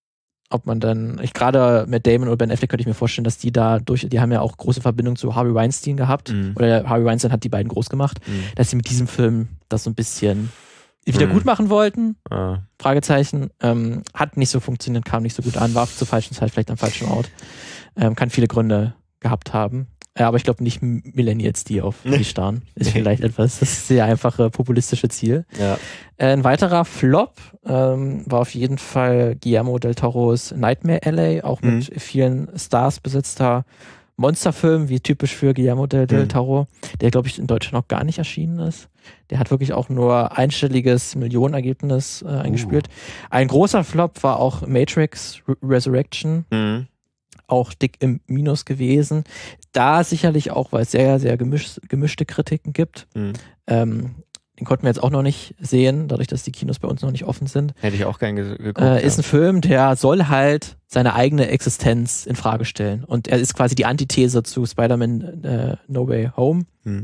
ob man dann, ich gerade mit Damon oder Ben Affleck könnte ich mir vorstellen, dass die da durch, die haben ja auch große Verbindung zu Harvey Weinstein gehabt, mhm. oder Harvey Weinstein hat die beiden groß gemacht, mhm. dass sie mit diesem Film das so ein bisschen wieder mhm. gut machen wollten, ah. Fragezeichen, ähm, hat nicht so funktioniert, kam nicht so gut an, war zur falschen Zeit vielleicht am falschen Ort, ähm, kann viele Gründe gehabt haben. Ja, aber ich glaube nicht Millennials, die auf die starren. Ist nee. vielleicht etwas, das sehr einfache populistische Ziel. Ja. Äh, ein weiterer Flop ähm, war auf jeden Fall Guillermo del Toros Nightmare L A, auch mit mhm. vielen Stars besetzter Monsterfilm, wie typisch für Guillermo del, del Toro, der, glaube ich, in Deutschland noch gar nicht erschienen ist. Der hat wirklich auch nur einstelliges Millionenergebnis äh, eingespielt. Uh. Ein großer Flop war auch Matrix Re- Resurrection. Mhm. Auch dick im Minus gewesen. Da sicherlich auch, weil es sehr, sehr gemisch, gemischte Kritiken gibt. Mhm. Ähm, den konnten wir jetzt auch noch nicht sehen, dadurch, dass die Kinos bei uns noch nicht offen sind. Hätte ich auch gern ge- geguckt. Äh, ist ja. ein Film, der soll halt seine eigene Existenz in Frage stellen. Und er ist quasi die Antithese zu Spider-Man äh, No Way Home. Mhm.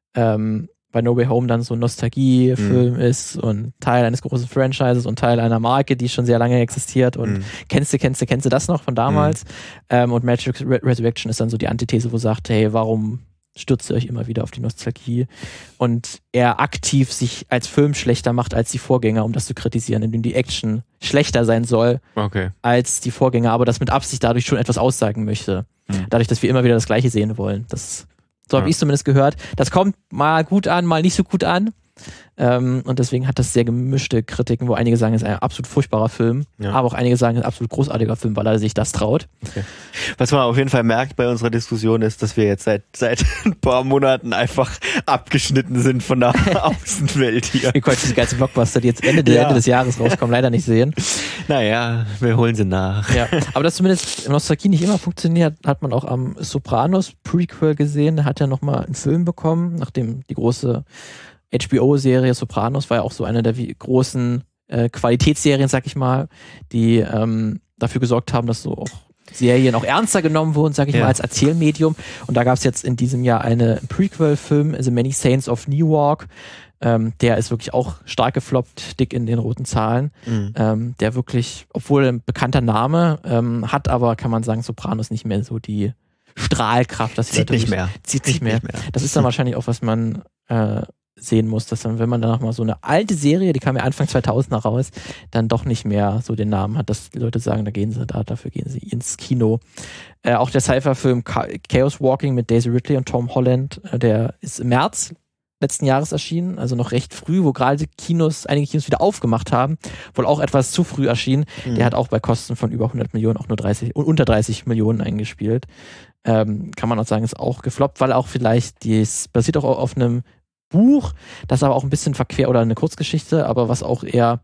Ähm, bei No Way Home dann so ein Nostalgie-Film mhm. ist und Teil eines großen Franchises und Teil einer Marke, die schon sehr lange existiert und mhm. kennst du, kennst du, kennst du das noch von damals? Mhm. Ähm, und Matrix Re- Resurrection ist dann so die Antithese, wo sagt, hey, warum stürzt ihr euch immer wieder auf die Nostalgie? Und er aktiv sich als Film schlechter macht als die Vorgänger, um das zu kritisieren, indem die Action schlechter sein soll okay. als die Vorgänger, aber das mit Absicht dadurch schon etwas aussagen möchte. Mhm. Dadurch, dass wir immer wieder das Gleiche sehen wollen. Das So habe ja. ich es zumindest gehört. Das kommt mal gut an, mal nicht so gut an. Ähm, und deswegen hat das sehr gemischte Kritiken, wo einige sagen, es ist ein absolut furchtbarer Film, ja. aber auch einige sagen, es ist ein absolut großartiger Film, weil er sich das traut. Okay. Was man auf jeden Fall merkt bei unserer Diskussion ist, dass wir jetzt seit, seit ein paar Monaten einfach abgeschnitten sind von der Außenwelt hier. Wir konnten diese ganzen Blockbuster, die jetzt Ende, ja. Ende des Jahres rauskommen, leider nicht sehen. Naja, wir holen sie nach. Ja. Aber dass zumindest Nostalgie nicht immer funktioniert, hat man auch am Sopranos Prequel gesehen. Da hat er nochmal einen Film bekommen, nachdem die große H B O-Serie Sopranos war ja auch so eine der wie, großen äh, Qualitätsserien, sag ich mal, die ähm, dafür gesorgt haben, dass so auch Serien auch ernster genommen wurden, sag ich ja. mal, als Erzählmedium. Und da gab es jetzt in diesem Jahr einen Prequel-Film, The Many Saints of Newark. Ähm, der ist wirklich auch stark gefloppt, dick in den roten Zahlen. Mhm. Ähm, der wirklich, obwohl ein bekannter Name, ähm, hat aber, kann man sagen, Sopranos nicht mehr so die Strahlkraft. Dass zieht nicht mehr. Zieht nicht mehr. mehr. Das ist dann wahrscheinlich auch, was man äh, sehen muss, dass dann, wenn man dann noch mal so eine alte Serie, die kam ja Anfang zweitausender raus, dann doch nicht mehr so den Namen hat, dass die Leute sagen, da gehen sie da, dafür gehen sie ins Kino. Äh, auch der Sci-Fi-Film Chaos Walking mit Daisy Ridley und Tom Holland, äh, der ist im März letzten Jahres erschienen, also noch recht früh, wo gerade Kinos, einige Kinos wieder aufgemacht haben, wohl auch etwas zu früh erschienen. Mhm. Der hat auch bei Kosten von über hundert Millionen auch nur dreißig, unter dreißig Millionen eingespielt. Ähm, kann man auch sagen, ist auch gefloppt, weil auch vielleicht, dies basiert auch auf einem Buch, das aber auch ein bisschen verquer, oder eine Kurzgeschichte, aber was auch eher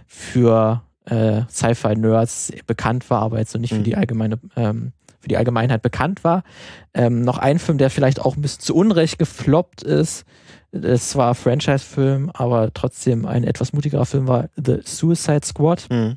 für äh, Sci-Fi-Nerds bekannt war, aber jetzt so nicht mhm. für die allgemeine, ähm, für die Allgemeinheit bekannt war. Ähm, noch ein Film, der vielleicht auch ein bisschen zu Unrecht gefloppt ist. Es war ein Franchise-Film, aber trotzdem ein etwas mutigerer Film war The Suicide Squad. Mhm.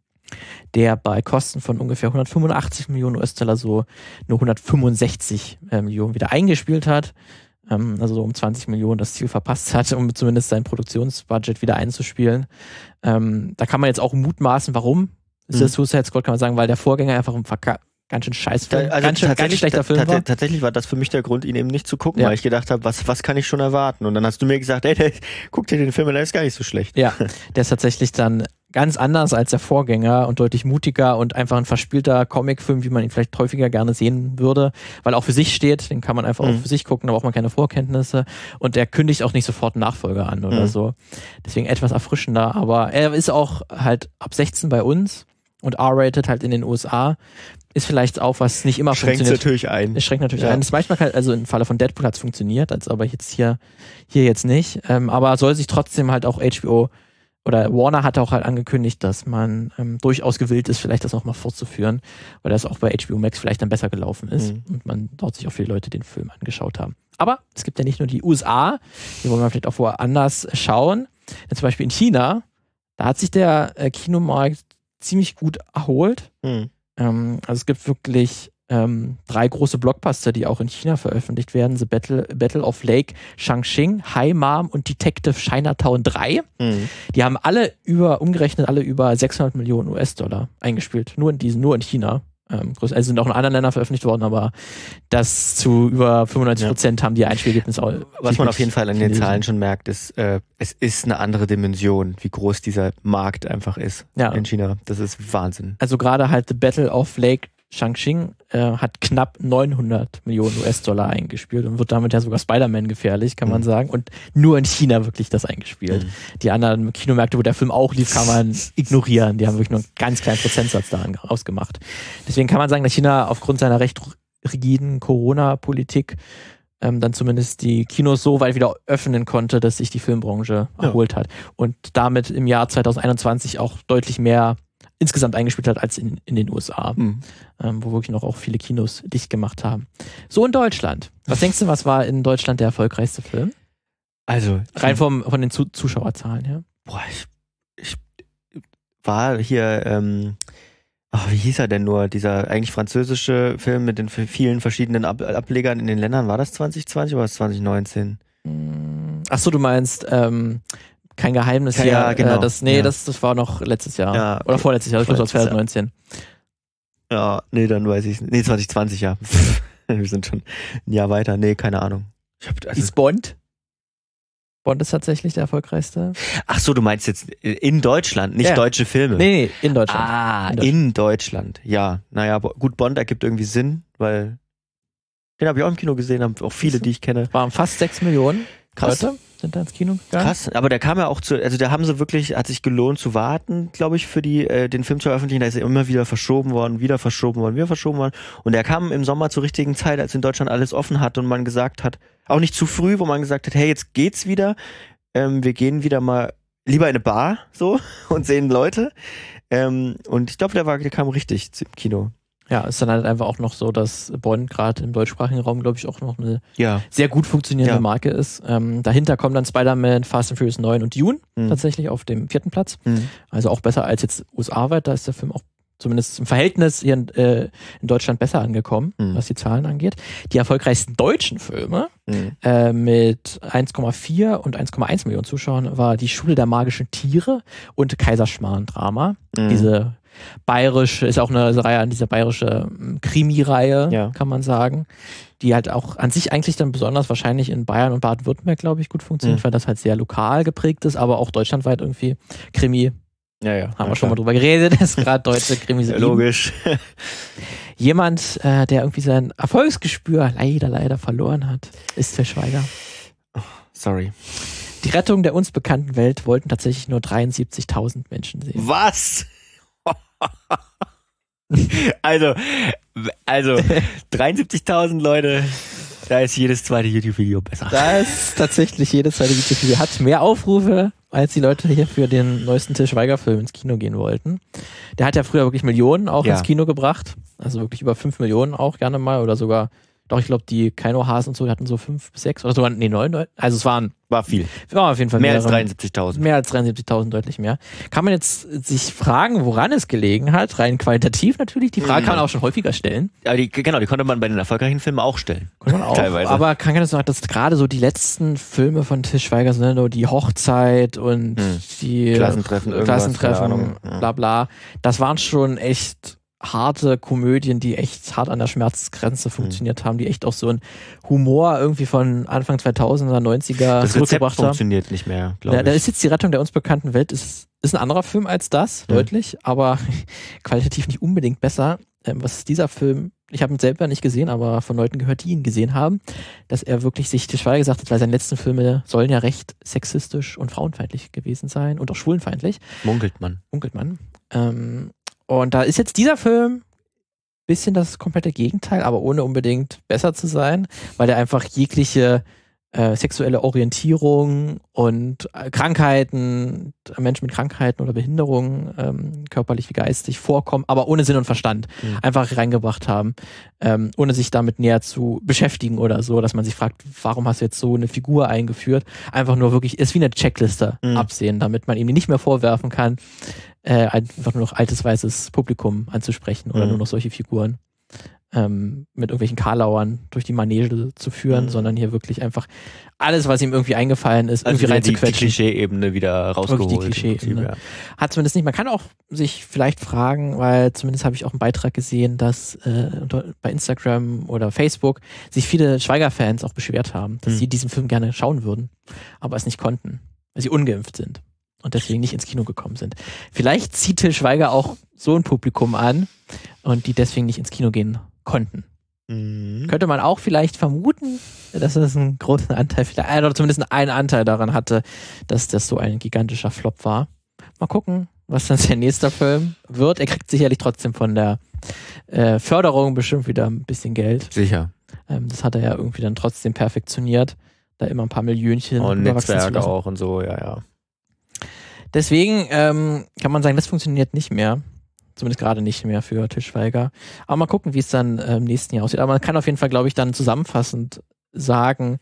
Der bei Kosten von ungefähr hundertfünfundachtzig Millionen U S-Dollar so nur hundertfünfundsechzig äh, Millionen wieder eingespielt hat. Ähm, also so um zwanzig Millionen das Ziel verpasst hat, um zumindest sein Produktionsbudget wieder einzuspielen. Ähm, da kann man jetzt auch mutmaßen, warum ist mhm. der Suicide Squad, kann man sagen, weil der Vorgänger einfach ein Verka- ganz schön scheiß Film, also ganz, schön, ganz schlechter Film war. Tatsächlich war das für mich der Grund, ihn eben nicht zu gucken, ja. weil ich gedacht habe, was, was kann ich schon erwarten? Und dann hast du mir gesagt, ey, der, guck dir den Film an, der ist gar nicht so schlecht. Ja, der ist tatsächlich dann ganz anders als der Vorgänger und deutlich mutiger und einfach ein verspielter Comicfilm, wie man ihn vielleicht häufiger gerne sehen würde, weil er auch für sich steht, den kann man einfach mhm. auch für sich gucken, da braucht man keine Vorkenntnisse und der kündigt auch nicht sofort einen Nachfolger an oder mhm. so. Deswegen etwas erfrischender, aber er ist auch halt ab sechzehn bei uns und R-rated halt in den U S A. Ist vielleicht auch, was nicht immer schränkt funktioniert. Schränkt natürlich ein. Es schränkt natürlich ja. ein. Das manchmal kann, also im Falle von Deadpool hat es funktioniert, als aber jetzt hier, hier jetzt nicht. Ähm, aber soll sich trotzdem halt auch H B O oder Warner hat auch halt angekündigt, dass man ähm, durchaus gewillt ist, vielleicht das auch mal fortzuführen, weil das auch bei H B O Max vielleicht dann besser gelaufen ist mhm. und man dort sich auch viele Leute den Film angeschaut haben. Aber es gibt ja nicht nur die U S A, die wollen wir vielleicht auch woanders schauen. Denn zum Beispiel in China, da hat sich der äh, Kinomarkt ziemlich gut erholt. Mhm. Ähm, also es gibt wirklich ähm, drei große Blockbuster, die auch in China veröffentlicht werden. The Battle, Battle of Lake Changqing, Hi Mom und Detective Chinatown drei. Mhm. Die haben alle über, umgerechnet alle über sechshundert Millionen U S-Dollar eingespielt. Nur in diesen, nur in China. Ähm, also sind auch in anderen Ländern veröffentlicht worden, aber das zu über fünfundneunzig Prozent ja. haben die Einspielergebnisse auch. Was man auf jeden Fall an den Zahlen schon merkt, ist, äh, es ist eine andere Dimension, wie groß dieser Markt einfach ist ja. in China. Das ist Wahnsinn. Also gerade halt The Battle of Lake Changqing äh, hat knapp neunhundert Millionen U S-Dollar eingespielt und wird damit ja sogar Spider-Man gefährlich, kann mhm. man sagen. Und nur in China wirklich das eingespielt. Mhm. Die anderen Kinomärkte, wo der Film auch lief, kann man ignorieren. Die haben wirklich nur einen ganz kleinen Prozentsatz da ausgemacht. Deswegen kann man sagen, dass China aufgrund seiner recht rigiden Corona-Politik ähm, dann zumindest die Kinos so weit wieder öffnen konnte, dass sich die Filmbranche ja. erholt hat. Und damit im Jahr zwanzig einundzwanzig auch deutlich mehr insgesamt eingespielt hat als in, in den U S A, mhm. ähm, wo wirklich noch auch viele Kinos dicht gemacht haben. So in Deutschland. Was denkst du, was war in Deutschland der erfolgreichste Film? Also rein vom, von den Zu- Zuschauerzahlen her. Boah, ich, ich war hier, ähm, ach, wie hieß er denn nur, dieser eigentlich französische Film mit den vielen verschiedenen Ab- Ablegern in den Ländern. War das zwanzig zwanzig oder war das zwanzig neunzehn? Achso, du meinst, ähm, kein Geheimnis ja, hier. Ja, genau. Äh, das, nee, ja. das, das war noch letztes Jahr. Ja, okay. Oder vorletztes Jahr, ich glaube, das war zwanzig neunzehn. Ja, nee, dann weiß ich nicht. Nee, zwanzig zwanzig, ja. Wir sind schon ein Jahr weiter. Nee, keine Ahnung. Ich hab, also ist Bond? Bond ist tatsächlich der erfolgreichste. Ach so, du meinst jetzt in Deutschland, nicht ja. deutsche Filme? Nee, nee, in Deutschland. Ah, in Deutschland. In Deutschland. Ja, naja, gut, Bond ergibt irgendwie Sinn, weil den habe ich auch im Kino gesehen, haben auch viele, die ich kenne. Waren fast sechs Millionen. Krass. Leute sind da ins Kino gegangen. Krass, aber der kam ja auch zu, also da haben sie wirklich, hat sich gelohnt zu warten, glaube ich, für die, äh, den Film zu veröffentlichen. Da ist er immer wieder verschoben worden, wieder verschoben worden, wieder verschoben worden. Und der kam im Sommer zur richtigen Zeit, als in Deutschland alles offen hat und man gesagt hat, auch nicht zu früh, wo man gesagt hat, hey, jetzt geht's wieder, ähm, wir gehen wieder mal lieber in eine Bar, so, und sehen Leute. Ähm, und ich glaube, der war, der kam richtig im Kino. Ja, ist dann halt einfach auch noch so, dass Bond gerade im deutschsprachigen Raum, glaube ich, auch noch eine ja. sehr gut funktionierende ja. Marke ist. Ähm, dahinter kommen dann Spider-Man, Fast and Furious neun und Dune mhm. tatsächlich auf dem vierten Platz. Mhm. Also auch besser als jetzt U S A-weit. Da ist der Film auch zumindest im Verhältnis hier in, äh, in Deutschland besser angekommen, mhm. was die Zahlen angeht. Die erfolgreichsten deutschen Filme mhm. äh, mit eins Komma vier und eins Komma eins Millionen Zuschauern war Die Schule der magischen Tiere und Kaiserschmarrn-Drama. Mhm. Diese bayerische, ist auch eine Reihe an dieser bayerische Krimi-Reihe, ja. kann man sagen, die halt auch an sich eigentlich dann besonders wahrscheinlich in Bayern und Baden-Württemberg, glaube ich, gut funktioniert, mhm. weil das halt sehr lokal geprägt ist, aber auch deutschlandweit irgendwie Krimi. Ja, ja. Haben ja, wir schon mal drüber geredet, dass gerade deutsche Krimis ja, logisch. Jemand, äh, der irgendwie sein Erfolgsgespür leider, leider verloren hat, ist Til Schweiger. Oh, sorry. Die Rettung der uns bekannten Welt wollten tatsächlich nur dreiundsiebzigtausend Menschen sehen. Was? also, also dreiundsiebzigtausend Leute, da ist jedes zweite YouTube-Video besser. Da ist tatsächlich jedes zweite YouTube-Video, hat mehr Aufrufe, als die Leute hier für den neuesten Til Schweiger-Film ins Kino gehen wollten. Der hat ja früher wirklich Millionen auch ja. ins Kino gebracht, also wirklich über fünf Millionen auch gerne mal oder sogar, doch ich glaube die Keino-Hasen und so, die hatten so fünf bis sechs oder sogar, nee, neun, also es waren War viel. War auf jeden Fall mehr mehrere, als dreiundsiebzigtausend. Mehr als dreiundsiebzigtausend, deutlich mehr. Kann man jetzt sich fragen, woran es gelegen hat? Rein qualitativ natürlich. Die Frage mhm. kann man auch schon häufiger stellen. Aber die, genau, die konnte man bei den erfolgreichen Filmen auch stellen. Konnte man auch. Teilweise. Aber kann man sagen, dass gerade so die letzten Filme von Til Schweiger sind, so die Hochzeit und hm. die Klassentreffen, Klassentreffen, bla bla. Das waren schon echt harte Komödien, die echt hart an der Schmerzgrenze funktioniert mhm. haben, die echt auch so einen Humor irgendwie von Anfang zweitausender, neunziger das zurückgebracht haben. Das funktioniert nicht mehr, glaube ja, ich. Da ist jetzt die Rettung der uns bekannten Welt, ist, ist ein anderer Film als das, mhm. deutlich, aber qualitativ nicht unbedingt besser. Ähm, was ist dieser Film? Ich habe ihn selber nicht gesehen, aber von Leuten gehört, die ihn gesehen haben, dass er wirklich sich Til Schweiger gesagt hat, weil seine letzten Filme sollen ja recht sexistisch und frauenfeindlich gewesen sein und auch schwulenfeindlich. Munkelt man. Munkelt man. Ähm, Und da ist jetzt dieser Film ein bisschen das komplette Gegenteil, aber ohne unbedingt besser zu sein, weil er einfach jegliche äh, sexuelle Orientierung und äh, Krankheiten, Menschen mit Krankheiten oder Behinderungen, ähm, körperlich wie geistig, vorkommen, aber ohne Sinn und Verstand mhm. einfach reingebracht haben, ähm, ohne sich damit näher zu beschäftigen oder so, dass man sich fragt, warum hast du jetzt so eine Figur eingeführt? Einfach nur wirklich, ist wie eine Checkliste mhm. absehen, damit man ihm nicht mehr vorwerfen kann, Äh, einfach nur noch altes, weißes Publikum anzusprechen oder mhm. nur noch solche Figuren ähm, mit irgendwelchen Karlauern durch die Manege zu führen, Mhm. sondern hier wirklich einfach alles, was ihm irgendwie eingefallen ist, Also irgendwie wieder die, die reinzuquetschen. Klischee-Ebene wieder rausgeholt. Wirklich die im Prinzip, Klischee-Ebene. ja. Hat zumindest nicht, man kann auch sich vielleicht fragen, weil zumindest habe ich auch einen Beitrag gesehen, dass äh, bei Instagram oder Facebook sich viele Schweiger-Fans auch beschwert haben, dass Hm. sie diesen Film gerne schauen würden, aber es nicht konnten, weil sie ungeimpft sind und deswegen nicht ins Kino gekommen sind. Vielleicht zieht Til Schweiger auch so ein Publikum an und die deswegen nicht ins Kino gehen konnten. Mhm. Könnte man auch vielleicht vermuten, dass es einen großen Anteil, vielleicht, oder zumindest einen Anteil daran hatte, dass das so ein gigantischer Flop war. Mal gucken, was dann sein nächster Film wird. Er kriegt sicherlich trotzdem von der äh, Förderung bestimmt wieder ein bisschen Geld. Sicher. Ähm, das hat er ja irgendwie dann trotzdem perfektioniert, da immer ein paar Millionchen Und überwachsen zu Netzwerke lassen. auch und so, ja, ja. Deswegen ähm, kann man sagen, das funktioniert nicht mehr. Zumindest gerade nicht mehr für Til Schweiger. Aber mal gucken, wie es dann äh, im nächsten Jahr aussieht. Aber man kann auf jeden Fall, glaube ich, dann zusammenfassend sagen,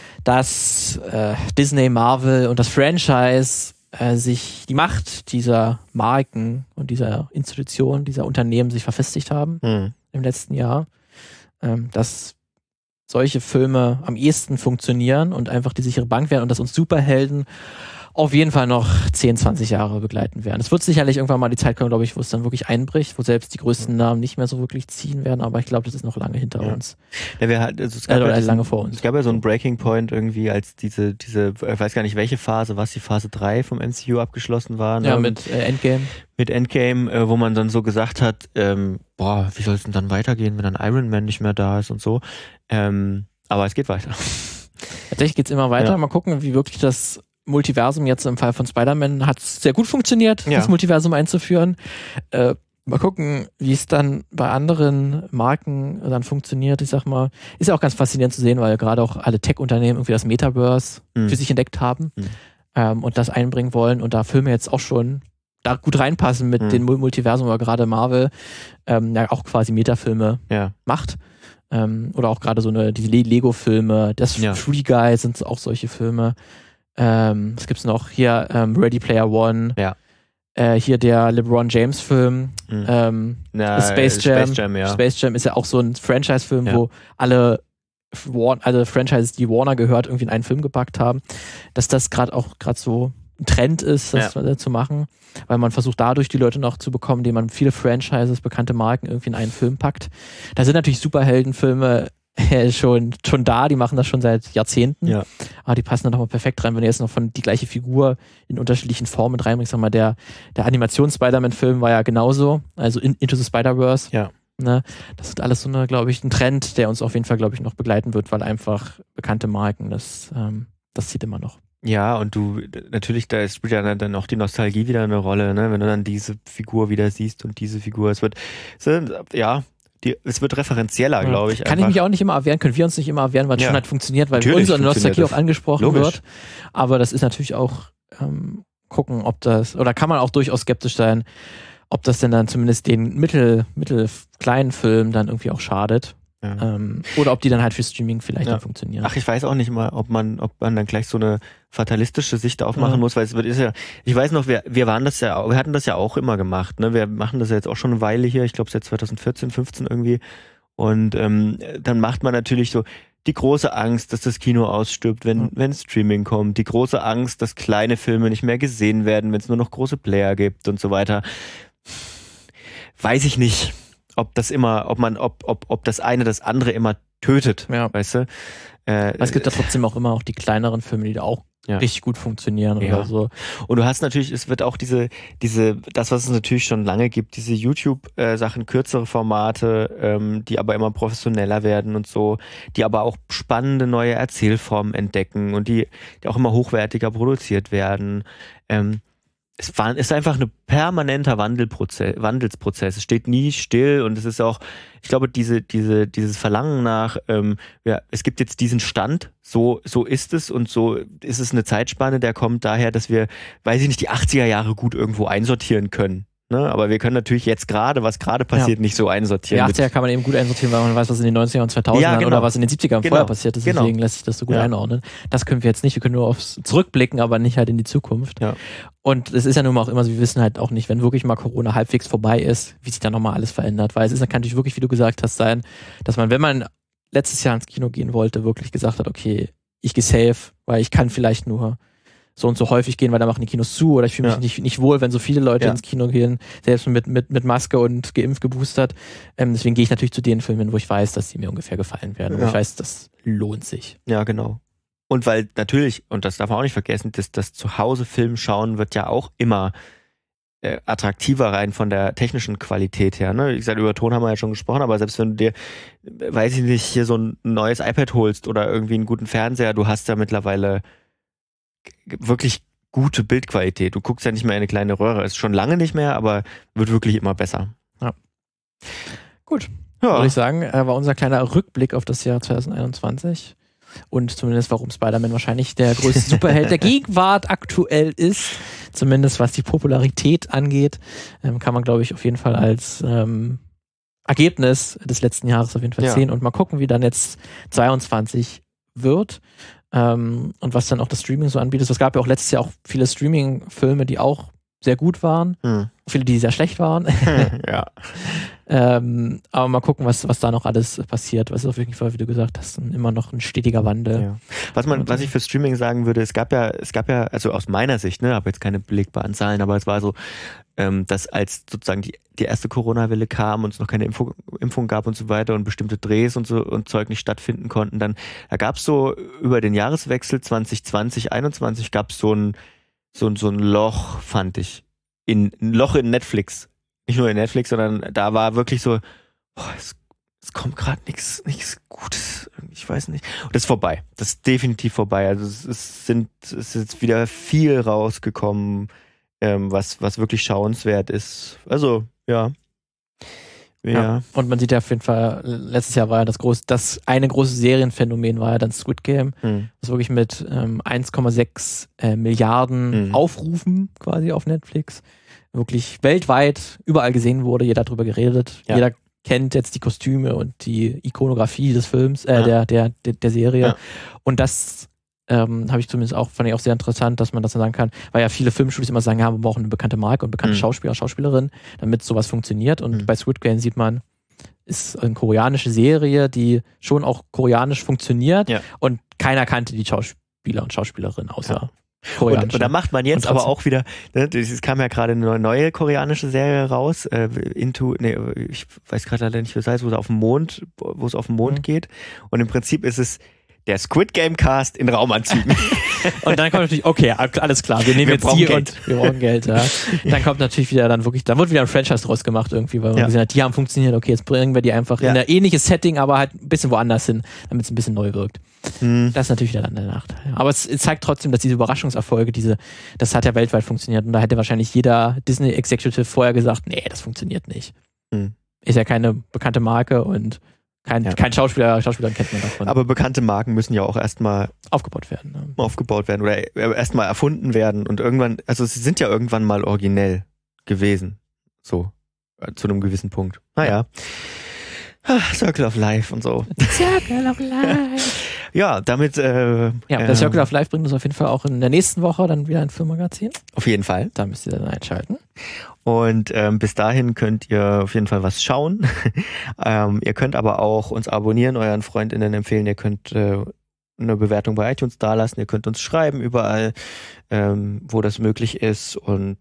dass äh, Disney, Marvel und das Franchise äh, sich die Macht dieser Marken und dieser Institutionen, dieser Unternehmen sich verfestigt haben Hm. im letzten Jahr. Ähm, dass solche Filme am ehesten funktionieren und einfach die sichere Bank werden und dass uns Superhelden auf jeden Fall noch zehn, zwanzig Jahre begleiten werden. Es wird sicherlich irgendwann mal die Zeit kommen, glaube ich, wo es dann wirklich einbricht, wo selbst die größten Namen nicht mehr so wirklich ziehen werden, aber ich glaube, das ist noch lange hinter Ja. uns. Ja, wir hatten, also es gab Äh, ja oder diesen, lange vor uns. Es gab ja so einen Breaking Point irgendwie, als diese, diese, ich weiß gar nicht welche Phase, was die Phase drei vom M C U abgeschlossen war. Ja, ne? mit äh, Endgame. mit Endgame, äh, wo man dann so gesagt hat, ähm, boah, wie soll es denn dann weitergehen, wenn dann Iron Man nicht mehr da ist und so. Ähm, aber es geht weiter. Tatsächlich geht's immer weiter. Ja. Mal gucken, wie wirklich das Multiversum jetzt im Fall von Spider-Man hat sehr gut funktioniert, Ja. das Multiversum einzuführen. Äh, mal gucken, wie es dann bei anderen Marken dann funktioniert. Ich sag mal, ist ja auch ganz faszinierend zu sehen, weil gerade auch alle Tech-Unternehmen irgendwie das Metaverse Mhm. für sich entdeckt haben Mhm. ähm, und das einbringen wollen und da Filme jetzt auch schon da gut reinpassen mit Mhm. den Mul- Multiversum, aber gerade Marvel ähm, ja auch quasi Metafilme Ja. macht. Ähm, oder auch gerade so eine, die Le- Lego-Filme, das Ja. Free Guy sind auch solche Filme. Ähm, was gibt's noch? Hier ähm, Ready Player One. Ja. Äh, hier der LeBron James Film. Mhm. Ähm, Na, Space Jam. Space Jam, ja. Space Jam ist ja auch so ein Franchise-Film, Ja. wo alle, War- alle Franchises, die Warner gehört, irgendwie in einen Film gepackt haben. Dass das gerade auch gerade so ein Trend ist, das Ja. äh, zu machen. Weil man versucht dadurch die Leute noch zu bekommen, indem man viele Franchises, bekannte Marken irgendwie in einen Film packt. Da sind natürlich Superheldenfilme äh, schon, schon da, die machen das schon seit Jahrzehnten. Ja. Aber die passen da nochmal perfekt rein, wenn du jetzt noch von die gleiche Figur in unterschiedlichen Formen mit reinbringst. Sag mal, der, der Animations-Spider-Man-Film war ja genauso, also in, Into the Spider-Verse. Ja. Ne? Das ist alles so eine, glaube ich, ein Trend, der uns auf jeden Fall, glaube ich, noch begleiten wird, weil einfach bekannte Marken, das, ähm, das zieht immer noch. Ja, und du, natürlich, da spielt ja dann auch die Nostalgie wieder eine Rolle, ne? Wenn du dann diese Figur wieder siehst und diese Figur, es wird, es sind, ja, die, es wird referenzieller, Ja. glaube ich. Kann ich mich auch nicht immer erwehren, können wir uns nicht immer erwehren, weil es Ja. schon halt funktioniert, weil Natürlich unsere funktioniert Nostalgie das. auch angesprochen Logisch. wird. Aber das ist natürlich auch ähm, gucken, ob das, oder kann man auch durchaus skeptisch sein, ob das denn dann zumindest den mittel, mittel kleinen Film dann irgendwie auch schadet. Ja. Ähm, oder ob die dann halt für Streaming vielleicht Ja. dann funktionieren. Ach, ich weiß auch nicht mal, ob man, ob man dann gleich so eine fatalistische Sicht aufmachen Ja. muss, weil es wird, ist ja, ich weiß noch, wir, wir waren das ja, auch- wir hatten das ja auch immer gemacht, ne? Wir machen das ja jetzt auch schon eine Weile hier, ich glaube seit zwanzig vierzehn, fünfzehn irgendwie. Und ähm, dann macht man natürlich so die große Angst, dass das Kino ausstirbt, wenn, Ja. wenn Streaming kommt, die große Angst, dass kleine Filme nicht mehr gesehen werden, wenn es nur noch große Player gibt und so weiter. Weiß ich nicht, ob das immer, ob man, ob, ob, ob das eine das andere immer tötet, Ja. weißt du? Äh, Aber es gibt ja trotzdem auch immer auch die kleineren Filme, die da auch Ja. richtig gut funktionieren Ja. oder so. Und du hast natürlich, es wird auch diese, diese, das, was es natürlich schon lange gibt, diese YouTube-Sachen, kürzere Formate, ähm, die aber immer professioneller werden und so, die aber auch spannende neue Erzählformen entdecken und die, die auch immer hochwertiger produziert werden. Ähm, es war, ist einfach ein permanenter Wandelprozess, Wandelsprozess. Es steht nie still und es ist auch, ich glaube, diese, diese, dieses Verlangen nach, ähm, ja, es gibt jetzt diesen Stand, so, so ist es und so ist es eine Zeitspanne, der kommt daher, dass wir, weiß ich nicht, die achtziger Jahre gut irgendwo einsortieren können. Ne? Aber wir können natürlich jetzt gerade, was gerade passiert, ja. nicht so einsortieren. Die achtziger kann man eben gut einsortieren, weil man weiß, was in den neunzigern und zweitausendern ja, genau. oder was in den siebzigern genau. vorher passiert ist. Deswegen genau. lässt sich das so gut ja. einordnen. Das können wir jetzt nicht. Wir können nur aufs Zurückblicken, aber nicht halt in die Zukunft. Ja. Und es ist ja nun mal auch immer so, wir wissen halt auch nicht, wenn wirklich mal Corona halbwegs vorbei ist, wie sich dann nochmal alles verändert. Weil es ist, kann natürlich wirklich, wie du gesagt hast, sein, dass man, wenn man letztes Jahr ins Kino gehen wollte, wirklich gesagt hat, okay, ich gehe safe, weil ich kann vielleicht nur so und so häufig gehen, weil da machen die Kinos zu oder ich fühle mich ja. nicht, nicht wohl, wenn so viele Leute ja. ins Kino gehen, selbst mit, mit, mit Maske und geimpft, geboostert. Ähm, deswegen gehe ich natürlich zu den Filmen, wo ich weiß, dass die mir ungefähr gefallen werden. Ja. Wo ich weiß, das lohnt sich. Ja, genau. Und weil natürlich, und das darf man auch nicht vergessen, dass das Zuhause-Film schauen wird ja auch immer äh, attraktiver rein von der technischen Qualität her. Ne? Wie gesagt, über Ton haben wir ja schon gesprochen, aber selbst wenn du dir, weiß ich nicht, hier so ein neues iPad holst oder irgendwie einen guten Fernseher, du hast da mittlerweile wirklich gute Bildqualität. Du guckst ja nicht mehr in eine kleine Röhre. Ist schon lange nicht mehr, aber wird wirklich immer besser. Ja. Gut. Ja. Würde ich sagen, war unser kleiner Rückblick auf das Jahr zwanzig einundzwanzig und zumindest warum Spider-Man wahrscheinlich der größte Superheld der Gegenwart aktuell ist. Zumindest was die Popularität angeht, ähm, kann man, glaube ich, auf jeden Fall als ähm, Ergebnis des letzten Jahres auf jeden Fall ja. sehen und mal gucken, wie dann jetzt zweiundzwanzig wird. Ähm, und was dann auch das Streaming so anbietet. Es gab ja auch letztes Jahr auch viele Streaming-Filme, die auch sehr gut waren. Hm. Viele, die sehr schlecht waren. ja. ähm, aber mal gucken, was, was da noch alles passiert. Was ist auf jeden Fall, wie du gesagt hast, immer noch ein stetiger Wandel. Ja. Was man, was ich für Streaming sagen würde, es gab ja, es gab ja, also aus meiner Sicht, ne, habe jetzt keine belegbaren Zahlen, aber es war so, ähm, dass als sozusagen die, die erste Corona-Welle kam und es noch keine Impfung, Impfung gab und so weiter und bestimmte Drehs und so und Zeug nicht stattfinden konnten, dann, da gab es so über den Jahreswechsel zwanzig zwanzig, einundzwanzig gab es so ein, so ein, so ein Loch, fand ich. In, ein Loch in Netflix. Nicht nur in Netflix, sondern da war wirklich so, boah, es, es kommt gerade nichts nichts Gutes. Ich weiß nicht. Und das ist vorbei. Das ist definitiv vorbei. Also es, es sind, es ist jetzt wieder viel rausgekommen, ähm, was, was wirklich schauenswert ist. Also, ja. Ja. ja. Und man sieht ja auf jeden Fall, letztes Jahr war ja das große, das eine große Serienphänomen war ja dann Squid Game, hm. das wirklich mit ähm, eins Komma sechs äh, Milliarden hm. Aufrufen quasi auf Netflix wirklich weltweit überall gesehen wurde, jeder hat drüber geredet, ja. jeder kennt jetzt die Kostüme und die Ikonografie des Films, äh, ja. der, der, der, der Serie. Ja. Und das ähm, habe ich zumindest auch, fand ich auch sehr interessant, dass man das sagen kann, weil ja viele Filmstudios immer sagen, ja, wir brauchen eine bekannte Marke und bekannte mhm. Schauspieler, Schauspielerin, damit sowas funktioniert. Und mhm. bei Squid Game sieht man, ist eine koreanische Serie, die schon auch koreanisch funktioniert ja. und keiner kannte die Schauspieler und Schauspielerin außer ja. koreanische. Und, und da macht man jetzt aber auch wieder, ne, es kam ja gerade eine neue koreanische Serie raus, äh, Into, nee, ich weiß gerade leider nicht, wie es heißt, wo es auf dem Mond, wo es auf dem Mond mhm. geht. Und im Prinzip ist es der Squid Game Cast in Raumanzügen. Und dann kommt natürlich, okay, alles klar, wir nehmen wir jetzt die Geld. Und wir brauchen Geld, ja. Dann kommt natürlich wieder dann wirklich, da wird wieder ein Franchise draus gemacht irgendwie, weil man ja. gesehen hat, die haben funktioniert, okay, jetzt bringen wir die einfach ja. in ein ähnliches Setting, aber halt ein bisschen woanders hin, damit es ein bisschen neu wirkt. Hm. Das ist natürlich wieder dann der Nachteil. Aber es, es zeigt trotzdem, dass diese Überraschungserfolge, diese, das hat ja weltweit funktioniert und da hätte wahrscheinlich jeder Disney Executive vorher gesagt, nee, das funktioniert nicht. Hm. Ist ja keine bekannte Marke und Kein, ja. kein Schauspieler, Schauspieler kennt man davon. Aber bekannte Marken müssen ja auch erstmal aufgebaut werden. Ne? Aufgebaut werden oder erstmal erfunden werden und irgendwann, also sie sind ja irgendwann mal originell gewesen. So, zu einem gewissen Punkt. Naja. Ach, Circle of Life und so. Circle of Life. Ja, damit. Äh, ja, der Circle of Life bringt uns auf jeden Fall auch in der nächsten Woche dann wieder ein Filmmagazin. Auf jeden Fall. Da müsst ihr dann einschalten. Und ähm, bis dahin könnt ihr auf jeden Fall was schauen. ähm, ihr könnt aber auch uns abonnieren, euren FreundInnen empfehlen. Ihr könnt äh, eine Bewertung bei iTunes dalassen. Ihr könnt uns schreiben überall, ähm, wo das möglich ist. Und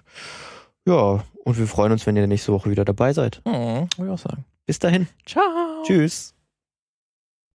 ja, und wir freuen uns, wenn ihr nächste Woche wieder dabei seid. Mhm, würde ich auch sagen. Bis dahin. Ciao. Tschüss.